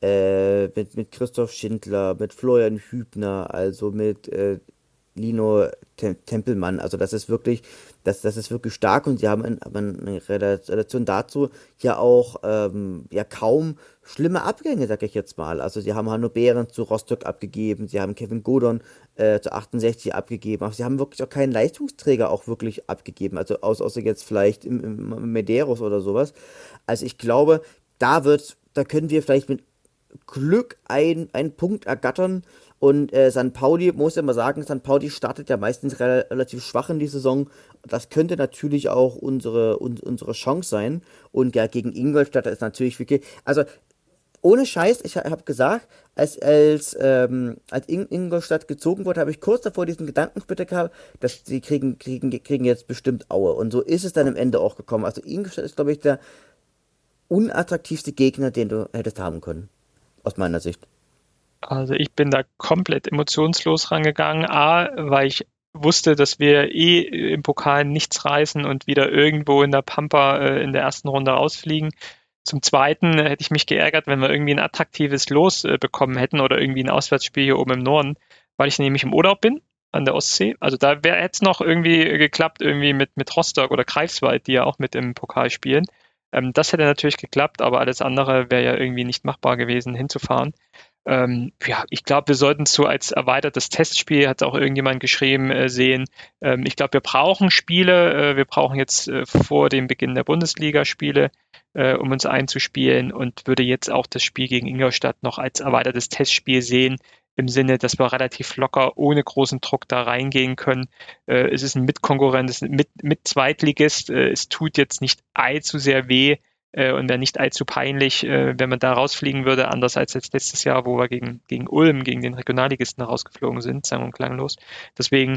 C: äh, mit, mit Christoph Schindler, mit Florian Hübner, also mit äh, Lino Tem Tempelmann. Also das ist wirklich, das, das ist wirklich stark und sie haben in, aber in Relation dazu ja auch ähm, ja kaum schlimme Abgänge, sag ich jetzt mal. Also sie haben Hanno Behrens zu Rostock abgegeben, sie haben Kevin Godon äh, zu achtundsechzig abgegeben, aber sie haben wirklich auch keinen Leistungsträger auch wirklich abgegeben, also aus, außer jetzt vielleicht im, im Medeiros oder sowas. Also ich glaube, da wird, da können wir vielleicht mit Glück ein, einen Punkt ergattern. Und äh, Sankt Pauli, muss ja mal sagen, Sankt Pauli startet ja meistens re relativ schwach in die Saison. Das könnte natürlich auch unsere, un unsere Chance sein. Und ja, gegen Ingolstadt ist natürlich wirklich. Also, ohne Scheiß, ich habe gesagt, als, als, ähm, als In Ingolstadt gezogen wurde, habe ich kurz davor diesen Gedankensplitter gehabt, dass sie kriegen, kriegen, kriegen jetzt bestimmt Aue. Und so ist es dann am Ende auch gekommen. Also, Ingolstadt ist, glaube ich, der unattraktivste Gegner, den du hättest haben können. Aus meiner Sicht.
A: Also ich bin da komplett emotionslos rangegangen. A, weil ich wusste, dass wir eh im Pokal nichts reißen und wieder irgendwo in der Pampa äh, in der ersten Runde rausfliegen. Zum Zweiten äh, hätte ich mich geärgert, wenn wir irgendwie ein attraktives Los äh, bekommen hätten oder irgendwie ein Auswärtsspiel hier oben im Norden, weil ich nämlich im Urlaub bin an der Ostsee. Also da wäre jetzt noch irgendwie geklappt, irgendwie mit, mit Rostock oder Greifswald, die ja auch mit im Pokal spielen. Ähm, das hätte natürlich geklappt, aber alles andere wäre ja irgendwie nicht machbar gewesen, hinzufahren. Ähm, ja, ich glaube, wir sollten es so als erweitertes Testspiel, hat auch irgendjemand geschrieben, äh, sehen. Ähm, ich glaube, wir brauchen Spiele. Äh, wir brauchen jetzt äh, vor dem Beginn der Bundesliga Spiele, äh, um uns einzuspielen und würde jetzt auch das Spiel gegen Ingolstadt noch als erweitertes Testspiel sehen, im Sinne, dass wir relativ locker, ohne großen Druck da reingehen können. Äh, es ist ein Mitkonkurrent, es ist ein mit, mit Zweitligist. Äh, es tut jetzt nicht allzu sehr weh, äh, und wäre nicht allzu peinlich, äh, wenn man da rausfliegen würde, anders als jetzt letztes Jahr, wo wir gegen, gegen Ulm, gegen den Regionalligisten rausgeflogen sind, sagen wir klanglos. Deswegen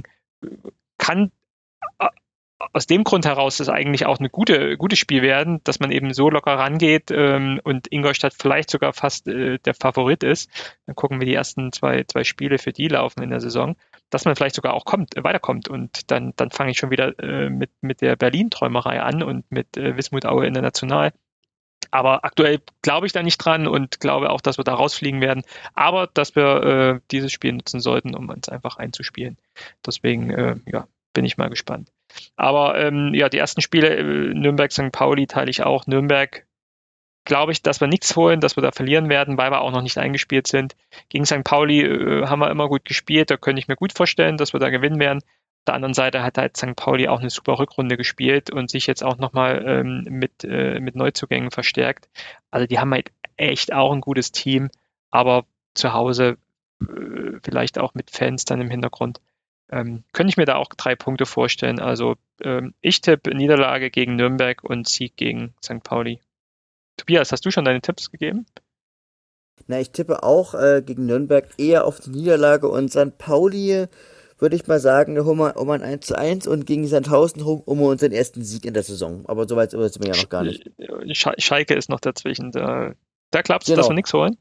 A: kann äh, aus dem Grund heraus das eigentlich auch ein gute, gutes Spiel werden, dass man eben so locker rangeht ähm, und Ingolstadt vielleicht sogar fast äh, der Favorit ist. Dann gucken wir die ersten zwei, zwei Spiele für die laufen in der Saison, dass man vielleicht sogar auch kommt, äh, weiterkommt und dann, dann fange ich schon wieder äh, mit, mit der Berlin-Träumerei an und mit äh, Wismut Aue international. Aber aktuell glaube ich da nicht dran und glaube auch, dass wir da rausfliegen werden. Aber dass wir äh, dieses Spiel nutzen sollten, um uns einfach einzuspielen. Deswegen, äh, ja, bin ich mal gespannt. Aber ähm, ja, die ersten Spiele, äh, Nürnberg, Sankt Pauli teile ich auch. Nürnberg glaube ich, dass wir nichts holen, dass wir da verlieren werden, weil wir auch noch nicht eingespielt sind. Gegen Sankt Pauli äh, haben wir immer gut gespielt. Da könnte ich mir gut vorstellen, dass wir da gewinnen werden. Auf der anderen Seite hat halt Sankt Pauli auch eine super Rückrunde gespielt und sich jetzt auch nochmal ähm, mit, äh, mit Neuzugängen verstärkt. Also die haben halt echt auch ein gutes Team, aber zu Hause äh, vielleicht auch mit Fans dann im Hintergrund. Ähm, könnte ich mir da auch drei Punkte vorstellen. Also ähm, ich tippe Niederlage gegen Nürnberg und Sieg gegen Sankt Pauli. Tobias, hast du schon deine Tipps gegeben?
C: Na, ich tippe auch äh, gegen Nürnberg eher auf die Niederlage und Sankt Pauli würde ich mal sagen, da holen wir um ein eins zu eins und gegen Sandhausen holen wir unseren ersten Sieg in der Saison. Aber so weit sind wir ja noch gar nicht.
A: Sch Schalke ist noch dazwischen. Da, da glaubst du,
C: Genau.
A: dass wir nichts holen?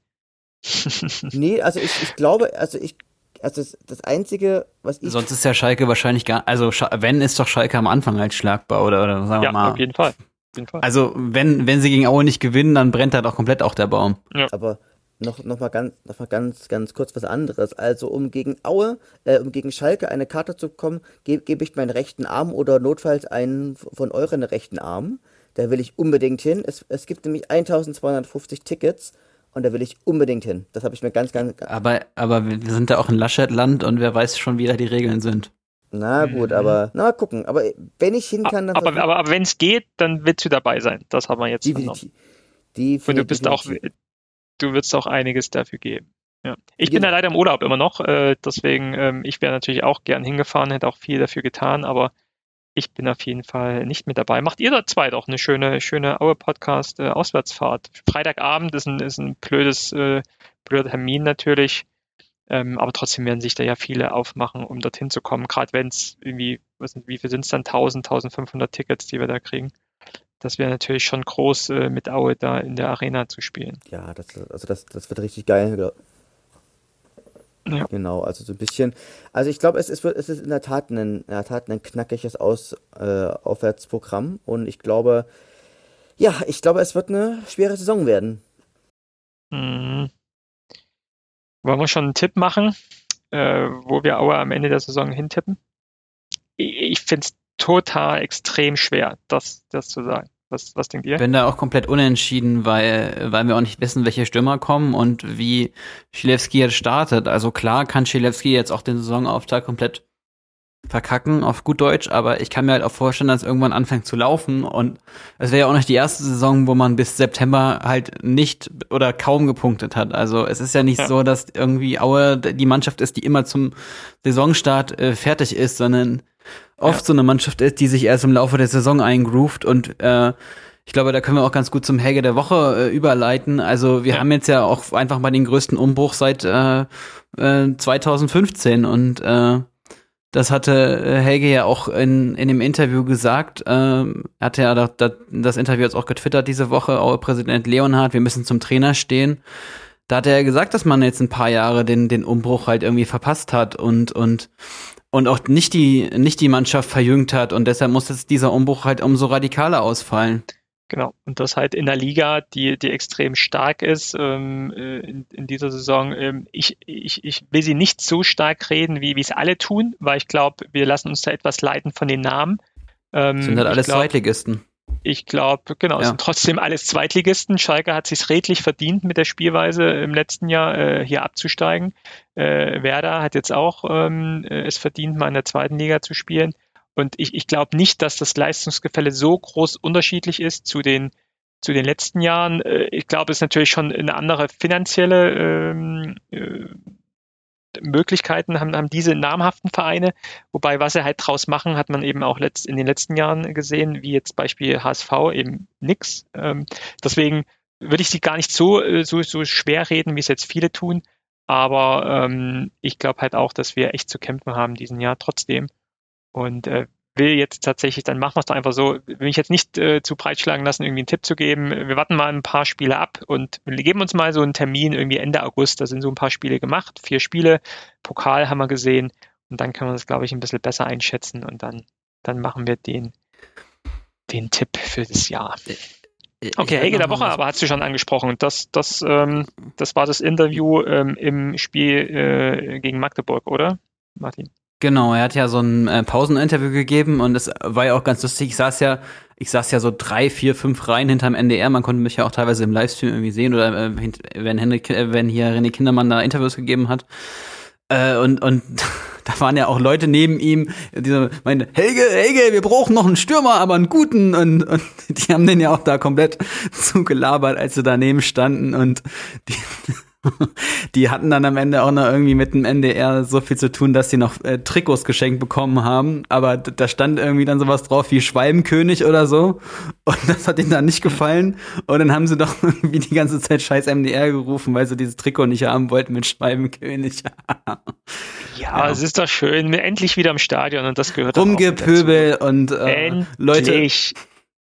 C: Nee, also ich, ich glaube, also ich, also das, das Einzige, was ich...
B: Sonst ist ja Schalke wahrscheinlich gar, also Sch wenn, ist doch Schalke am Anfang halt schlagbar, oder, oder sagen wir
A: ja,
B: mal.
A: auf jeden Fall. Auf jeden Fall.
B: Also wenn, wenn sie gegen Aue nicht gewinnen, dann brennt da doch komplett auch der Baum.
A: Ja.
C: Aber noch, noch mal ganz, noch mal ganz, ganz kurz was anderes. Also um gegen Aue, äh, um gegen Schalke eine Karte zu bekommen, gebe geb ich meinen rechten Arm oder notfalls einen von euren rechten Arm. Da will ich unbedingt hin. Es, es gibt nämlich eintausendzweihundertfünfzig Tickets und da will ich unbedingt hin. Das habe ich mir ganz, ganz...
B: Aber, aber wir sind da auch in Laschet-Land und wer weiß schon, wie da die Regeln sind.
C: Na gut,
A: Mhm.
C: aber na mal gucken. Aber wenn ich hin kann, dann...
A: Aber,
C: versuch-
A: aber, aber wenn es geht, dann willst du dabei sein. Das haben wir jetzt vernommen.
C: definitiv. Definitiv.
A: Und du bist auch,
C: definitiv.
A: du wirst auch einiges dafür geben. Ja. Ich bin
C: Genau.
A: ja leider im Urlaub immer noch, äh, deswegen, ähm, ich wäre natürlich auch gern hingefahren, hätte auch viel dafür getan, aber ich bin auf jeden Fall nicht mit dabei. Macht ihr da zwei doch eine schöne, schöne Aue-Podcast äh, Auswärtsfahrt. Freitagabend ist ein, ist ein blödes, äh, blöder Termin natürlich, ähm, aber trotzdem werden sich da ja viele aufmachen, um dorthin zu kommen, gerade wenn es irgendwie, was nicht, wie viel sind es dann, tausend, tausendfünfhundert Tickets, die wir da kriegen. Das wäre natürlich schon groß, äh, mit Aue da in der Arena zu spielen.
C: Ja, das, also das, das wird richtig geil. glaub-
A: Ja.
C: Genau, also so ein bisschen. Also ich glaube, es, es wird, es ist in der Tat ein, in der Tat ein knackiges Aus, äh, Aufwärtsprogramm und ich glaube, ja, ich glaube, es wird eine schwere Saison werden.
A: Mhm. Wollen wir schon einen Tipp machen, äh, wo wir Aue am Ende der Saison hintippen? Ich, ich finde es total extrem schwer, das, das zu sagen. Was, was denkt ihr?
B: Ich bin da auch komplett unentschieden, weil, weil wir auch nicht wissen, welche Stürmer kommen und wie Schilewski jetzt startet. Also klar kann Schilewski jetzt auch den Saisonauftakt komplett verkacken, auf gut Deutsch, aber ich kann mir halt auch vorstellen, dass es irgendwann anfängt zu laufen und es wäre ja auch nicht die erste Saison, wo man bis September halt nicht oder kaum gepunktet hat. Also es ist ja nicht
A: Ja.
B: so, dass irgendwie Aue die Mannschaft ist, die immer zum Saisonstart äh, fertig ist, sondern oft
A: Ja.
B: so eine Mannschaft ist, die sich erst im Laufe der Saison eingroovt und äh, ich glaube, da können wir auch ganz gut zum Helge der Woche äh, überleiten. Also wir
A: Ja.
B: haben jetzt ja auch einfach mal den größten Umbruch seit äh, äh, zwanzig fünfzehn und äh, das hatte Helge ja auch in, in dem Interview gesagt. Ähm, er hatte ja das, das Interview jetzt auch getwittert diese Woche, auch Präsident Leonhard, wir müssen zum Trainer stehen. Da hat er ja gesagt, dass man jetzt ein paar Jahre den, den Umbruch halt irgendwie verpasst hat und, und, und auch nicht die, nicht die Mannschaft verjüngt hat und deshalb muss jetzt dieser Umbruch halt umso radikaler ausfallen.
A: Genau. Und das halt in der Liga, die, die extrem stark ist ähm, äh, in, in dieser Saison. Ähm, ich, ich, ich will sie nicht so stark reden, wie wie es alle tun, weil ich glaube, wir lassen uns da etwas leiten von den Namen. Ähm,
B: Sind halt
A: ich
B: alles
A: glaub,
B: Zweitligisten.
A: Ich glaube, genau, es
B: Ja.
A: sind trotzdem alles Zweitligisten. Schalke hat sich redlich verdient, mit der Spielweise im letzten Jahr äh, hier abzusteigen. Äh, Werder hat jetzt auch ähm, äh, es verdient, mal in der zweiten Liga zu spielen. Und ich, ich glaube nicht, dass das Leistungsgefälle so groß unterschiedlich ist zu den zu den letzten Jahren. Äh, ich glaube, es ist natürlich schon eine andere finanzielle ähm, äh, Möglichkeiten haben, haben diese namhaften Vereine, wobei was sie halt draus machen, hat man eben auch letzt, in den letzten Jahren gesehen, wie jetzt Beispiel H S V eben nix. Ähm, deswegen würde ich sie gar nicht so, so, so schwer reden, wie es jetzt viele tun, aber ähm, ich glaube halt auch, dass wir echt zu kämpfen haben diesen Jahr trotzdem und äh, will jetzt tatsächlich, dann machen wir es doch einfach so, will mich jetzt nicht äh, zu breitschlagen lassen, irgendwie einen Tipp zu geben. Wir warten mal ein paar Spiele ab und wir geben uns mal so einen Termin irgendwie Ende August. Da sind so ein paar Spiele gemacht, vier Spiele, Pokal haben wir gesehen und dann können wir das, glaube ich, ein bisschen besser einschätzen und dann, dann machen wir den, den Tipp für das Jahr. Okay, Helge der Woche, aber hast du schon angesprochen. Das, das, ähm, das war das Interview ähm, im Spiel äh, gegen Magdeburg, oder, Martin?
B: Genau, er hat ja so ein äh, Pauseninterview gegeben und es war ja auch ganz lustig. Ich saß ja, ich saß ja so drei, vier, fünf Reihen hinterm N D R. Man konnte mich ja auch teilweise im Livestream irgendwie sehen oder äh, wenn, Henrik, äh, wenn hier René Kindermann da Interviews gegeben hat. Äh, und und da waren ja auch Leute neben ihm, die so meinen, Helge, Helge, wir brauchen noch einen Stürmer, aber einen guten. Und, und die haben den ja auch da komplett zugelabert, als sie daneben standen und die Die hatten dann am Ende auch noch irgendwie mit dem N D R so viel zu tun, dass sie noch äh, Trikots geschenkt bekommen haben. Aber d- da stand irgendwie dann sowas drauf wie Schwalbenkönig oder so. Und das hat ihnen dann nicht gefallen. Und dann haben sie doch irgendwie die ganze Zeit scheiß M D R gerufen, weil sie dieses Trikot nicht haben wollten mit Schwalbenkönig.
A: Ja,
B: Ja.
A: es ist doch schön. Endlich wieder im Stadion und das gehört auch mit dazu.
B: Rumgepöbel und äh, Leute.
A: Endlich.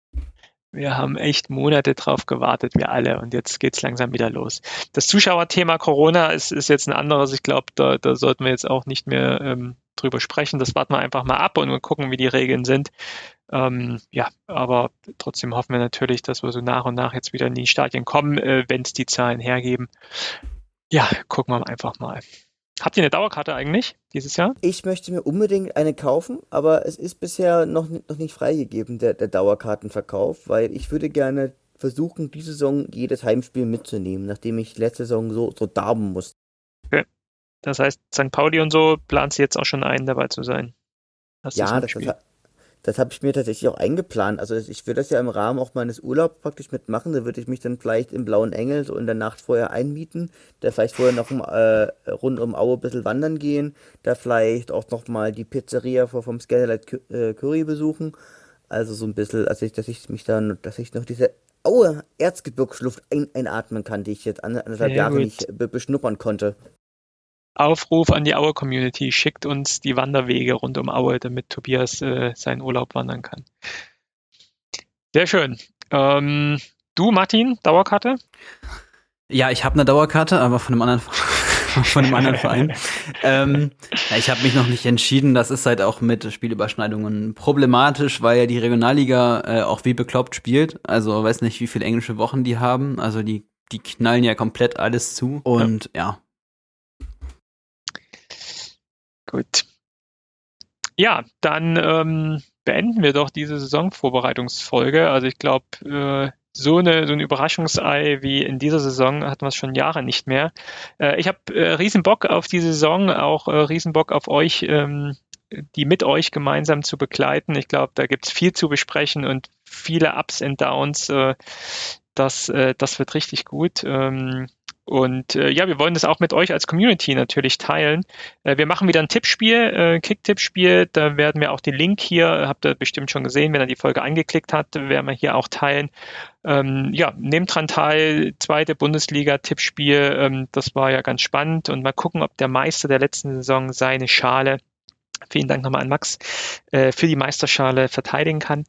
A: Wir haben echt Monate drauf gewartet, wir alle, und jetzt geht's langsam wieder los. Das Zuschauerthema Corona ist, ist jetzt ein anderes. Ich glaube, da, da sollten wir jetzt auch nicht mehr ähm, drüber sprechen. Das warten wir einfach mal ab und wir gucken, wie die Regeln sind. Ähm, ja, aber trotzdem hoffen wir natürlich, dass wir so nach und nach jetzt wieder in die Stadien kommen, äh, wenn es die Zahlen hergeben. Ja, gucken wir einfach mal. Habt ihr eine Dauerkarte eigentlich dieses Jahr?
C: Ich möchte mir unbedingt eine kaufen, aber es ist bisher noch, ni- noch nicht freigegeben, der, der Dauerkartenverkauf, weil ich würde gerne versuchen, diese Saison jedes Heimspiel mitzunehmen, nachdem ich letzte Saison so, so darben musste.
A: Das heißt, Sankt Pauli und so plant sie jetzt auch schon ein, dabei zu sein. Hast du
C: Ja,
A: zum
C: das, das,
A: Beispiel?
C: ha- das habe ich mir tatsächlich auch eingeplant. Also ich würde das ja im Rahmen auch meines Urlaubs praktisch mitmachen. Da würde ich mich dann vielleicht im Blauen Engel so in der Nacht vorher einmieten, da vielleicht vorher noch um, äh, rund um Aue ein bisschen wandern gehen, da vielleicht auch noch mal die Pizzeria vor- vom Skylight Cu- äh, Curry besuchen. Also so ein bisschen, also ich, dass ich mich dann, dass ich noch diese Aue Erzgebirgsluft ein, einatmen kann, die ich jetzt an- anderthalb
A: Sehr
C: Jahre
A: gut.
C: nicht be beschnuppern konnte.
A: Aufruf an die Aue-Community, schickt uns die Wanderwege rund um Aue, damit Tobias äh, seinen Urlaub wandern kann. Sehr schön. Ähm, du, Martin, Dauerkarte?
B: Ja, ich habe eine Dauerkarte, aber von einem anderen von einem anderen Verein. ähm, ja, ich habe mich noch nicht entschieden. Das ist halt auch mit Spielüberschneidungen problematisch, weil ja die Regionalliga äh, auch wie bekloppt spielt. Also weiß nicht, wie viele englische Wochen die haben. Also die, die knallen ja komplett alles zu. Und ja. ja.
A: Gut. Ja, dann ähm, beenden wir doch diese Saisonvorbereitungsfolge. Also ich glaube, äh, so eine so ein Überraschungsei wie in dieser Saison hatten wir es schon Jahre nicht mehr. Äh, ich habe äh, riesen Bock auf die Saison, auch äh, riesen Bock auf euch, ähm, die mit euch gemeinsam zu begleiten. Ich glaube, da gibt's viel zu besprechen und viele Ups und Downs. Äh, das, äh, das wird richtig gut. Ähm, Und äh, ja, wir wollen das auch mit euch als Community natürlich teilen. Äh, wir machen wieder ein Tippspiel, äh, Kick-Tippspiel. Da werden wir auch den Link hier, habt ihr bestimmt schon gesehen, wenn ihr die Folge angeklickt habt, werden wir hier auch teilen. Ähm, ja, nehmt dran teil, zweite Bundesliga-Tippspiel. Ähm, das war ja ganz spannend. Und mal gucken, ob der Meister der letzten Saison seine Schale, vielen Dank nochmal an Max, äh, für die Meisterschale verteidigen kann.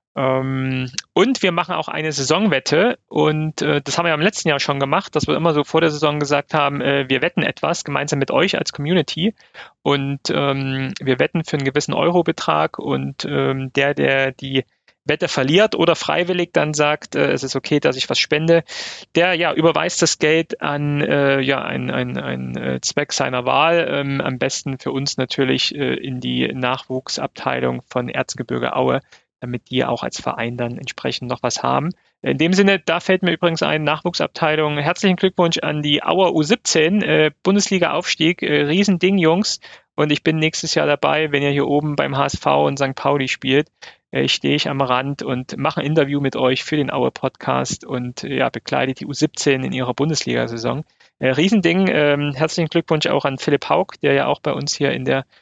A: Ähm, und wir machen auch eine Saisonwette und äh, das haben wir im letzten Jahr schon gemacht, dass wir immer so vor der Saison gesagt haben, äh, wir wetten etwas gemeinsam mit euch als Community und ähm, wir wetten für einen gewissen Eurobetrag und ähm, der, der die Wette verliert oder freiwillig dann sagt, äh, es ist okay, dass ich was spende, der ja überweist das Geld an äh, ja ein, ein, ein äh, Zweck seiner Wahl, ähm, am besten für uns natürlich äh, in die Nachwuchsabteilung von Erzgebirge Aue, damit die auch als Verein dann entsprechend noch was haben. In dem Sinne, da fällt mir übrigens ein, Nachwuchsabteilung, herzlichen Glückwunsch an die Auer U siebzehn, äh, Bundesliga-Aufstieg, äh, Riesending, Jungs. Und ich bin nächstes Jahr dabei, wenn ihr hier oben beim H S V und Sankt Pauli spielt. Äh, stehe ich am Rand und mache ein Interview mit euch für den Auer-Podcast und äh, ja, bekleidet die U siebzehn in ihrer Bundesliga-Saison. Äh, Riesending, ähm, herzlichen Glückwunsch auch an Philipp Haug, der ja auch bei uns hier in der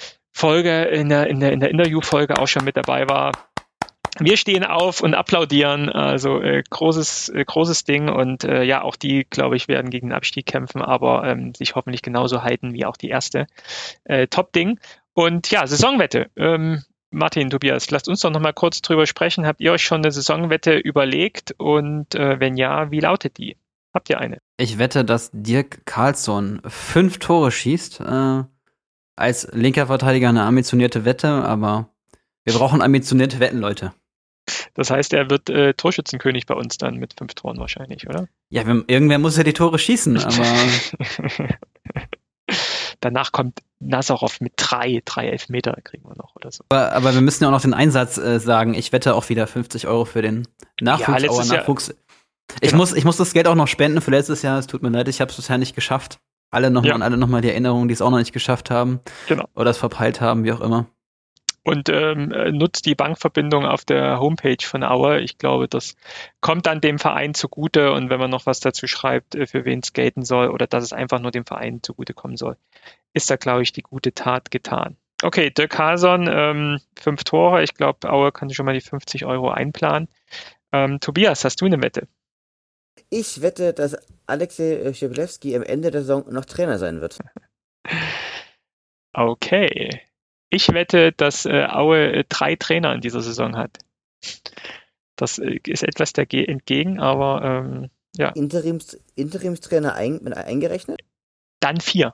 A: Folge, in der, in der, in der Interviewfolge auch schon mit dabei war. Wir stehen auf und applaudieren, also äh, großes äh, großes Ding und äh, ja, auch die, glaube ich, werden gegen den Abstieg kämpfen, aber ähm, sich hoffentlich genauso halten wie auch die erste. Äh, Top-Ding. Und ja, Saisonwette. Ähm, Martin, Tobias, lasst uns doch noch mal kurz drüber sprechen. Habt ihr euch schon eine Saisonwette überlegt und äh, wenn ja, wie lautet die? Habt ihr eine?
B: Ich wette, dass Dirk Karlsson fünf Tore schießt. Äh, als linker Verteidiger eine ambitionierte Wette, aber wir brauchen ambitionierte Wetten, Leute.
A: Das heißt, er wird äh, Torschützenkönig bei uns dann mit fünf Toren wahrscheinlich, oder?
B: Ja, wir, irgendwer muss ja die Tore schießen, aber
A: danach kommt Nazarov mit drei, drei Elfmeter kriegen wir noch oder so.
B: Aber, aber wir müssen ja auch noch den Einsatz äh, sagen. Ich wette auch wieder fünfzig Euro für den Nachwuchs.
A: Ja,
B: Auer Nachwuchs.
A: Jahr,
B: ich,
A: genau.
B: muss, ich muss das Geld auch noch spenden für letztes Jahr. Es tut mir leid, ich habe es bisher nicht geschafft. Alle nochmal
A: ja.
B: und alle nochmal die Erinnerungen, die es auch noch nicht geschafft haben.
A: Genau.
B: Oder es verpeilt haben, wie auch immer.
A: Und ähm, nutzt die Bankverbindung auf der Homepage von Aue. Ich glaube, das kommt dann dem Verein zugute. Und wenn man noch was dazu schreibt, für wen es gelten soll oder dass es einfach nur dem Verein zugutekommen soll, ist da, glaube ich, die gute Tat getan. Okay, Dirk Karlsson, ähm, fünf Tore. Ich glaube, Aue kann schon mal die fünfzig Euro einplanen. Ähm, Tobias, hast du eine Wette?
C: Ich wette, dass Alexej Schiblewski am Ende der Saison noch Trainer sein wird.
A: Okay. Ich wette, dass äh, Aue äh, drei Trainer in dieser Saison hat. Das äh, ist etwas dagegen entgegen, aber ähm, ja.
C: Interims, Interimstrainer ein, mit eingerechnet?
A: Dann vier.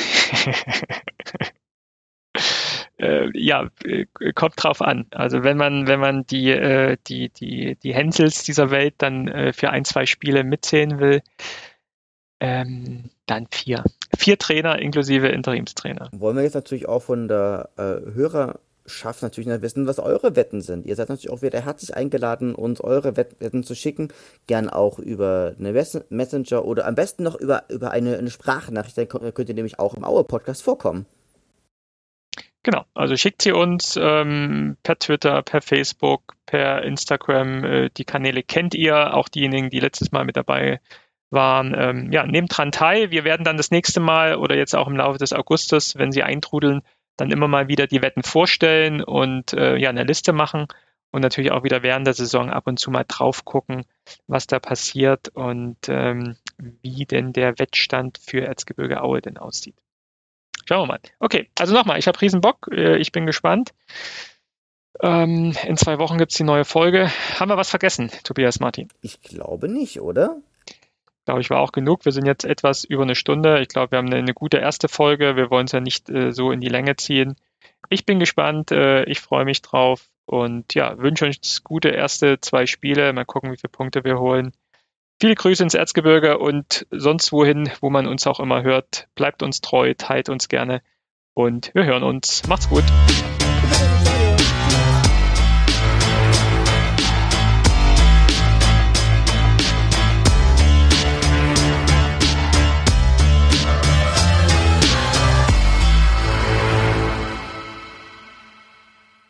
A: äh, ja, äh, kommt drauf an. Also wenn man, wenn man die, äh, die, die, die Hensels dieser Welt dann äh, für ein, zwei Spiele mitzählen will, ähm, dann vier. Vier Trainer inklusive Interimstrainer.
C: Wollen wir jetzt natürlich auch von der äh, Hörerschaft natürlich noch wissen, was eure Wetten sind. Ihr seid natürlich auch wieder herzlich eingeladen, uns eure Wetten zu schicken. Gern auch über eine Messenger oder am besten noch über, über eine, eine Sprachnachricht. Dann könnt ihr nämlich auch im Aue-Podcast vorkommen.
A: Genau, also schickt sie uns ähm, per Twitter, per Facebook, per Instagram. Äh, die Kanäle kennt ihr, auch diejenigen, die letztes Mal mit dabei waren. Ähm, ja, nehmt dran teil. Wir werden dann das nächste Mal oder jetzt auch im Laufe des Augustus, wenn sie eintrudeln, dann immer mal wieder die Wetten vorstellen und äh, ja eine Liste machen und natürlich auch wieder während der Saison ab und zu mal drauf gucken, was da passiert und ähm, wie denn der Wettstand für Erzgebirge Aue denn aussieht. Schauen wir mal. Okay, also nochmal, ich habe riesen Bock, ich bin gespannt. Ähm, in zwei Wochen gibt es die neue Folge. Haben wir was vergessen, Tobias, Martin?
C: Ich glaube nicht, oder?
A: glaube ich, war auch genug. Wir sind jetzt etwas über eine Stunde. Ich glaube, wir haben eine, eine gute erste Folge. Wir wollen es ja nicht äh, so in die Länge ziehen. Ich bin gespannt. Äh, ich freue mich drauf. Und ja, wünsche uns gute erste zwei Spiele. Mal gucken, wie viele Punkte wir holen. Viele Grüße ins Erzgebirge und sonst wohin, wo man uns auch immer hört. Bleibt uns treu, teilt uns gerne und wir hören uns. Macht's gut.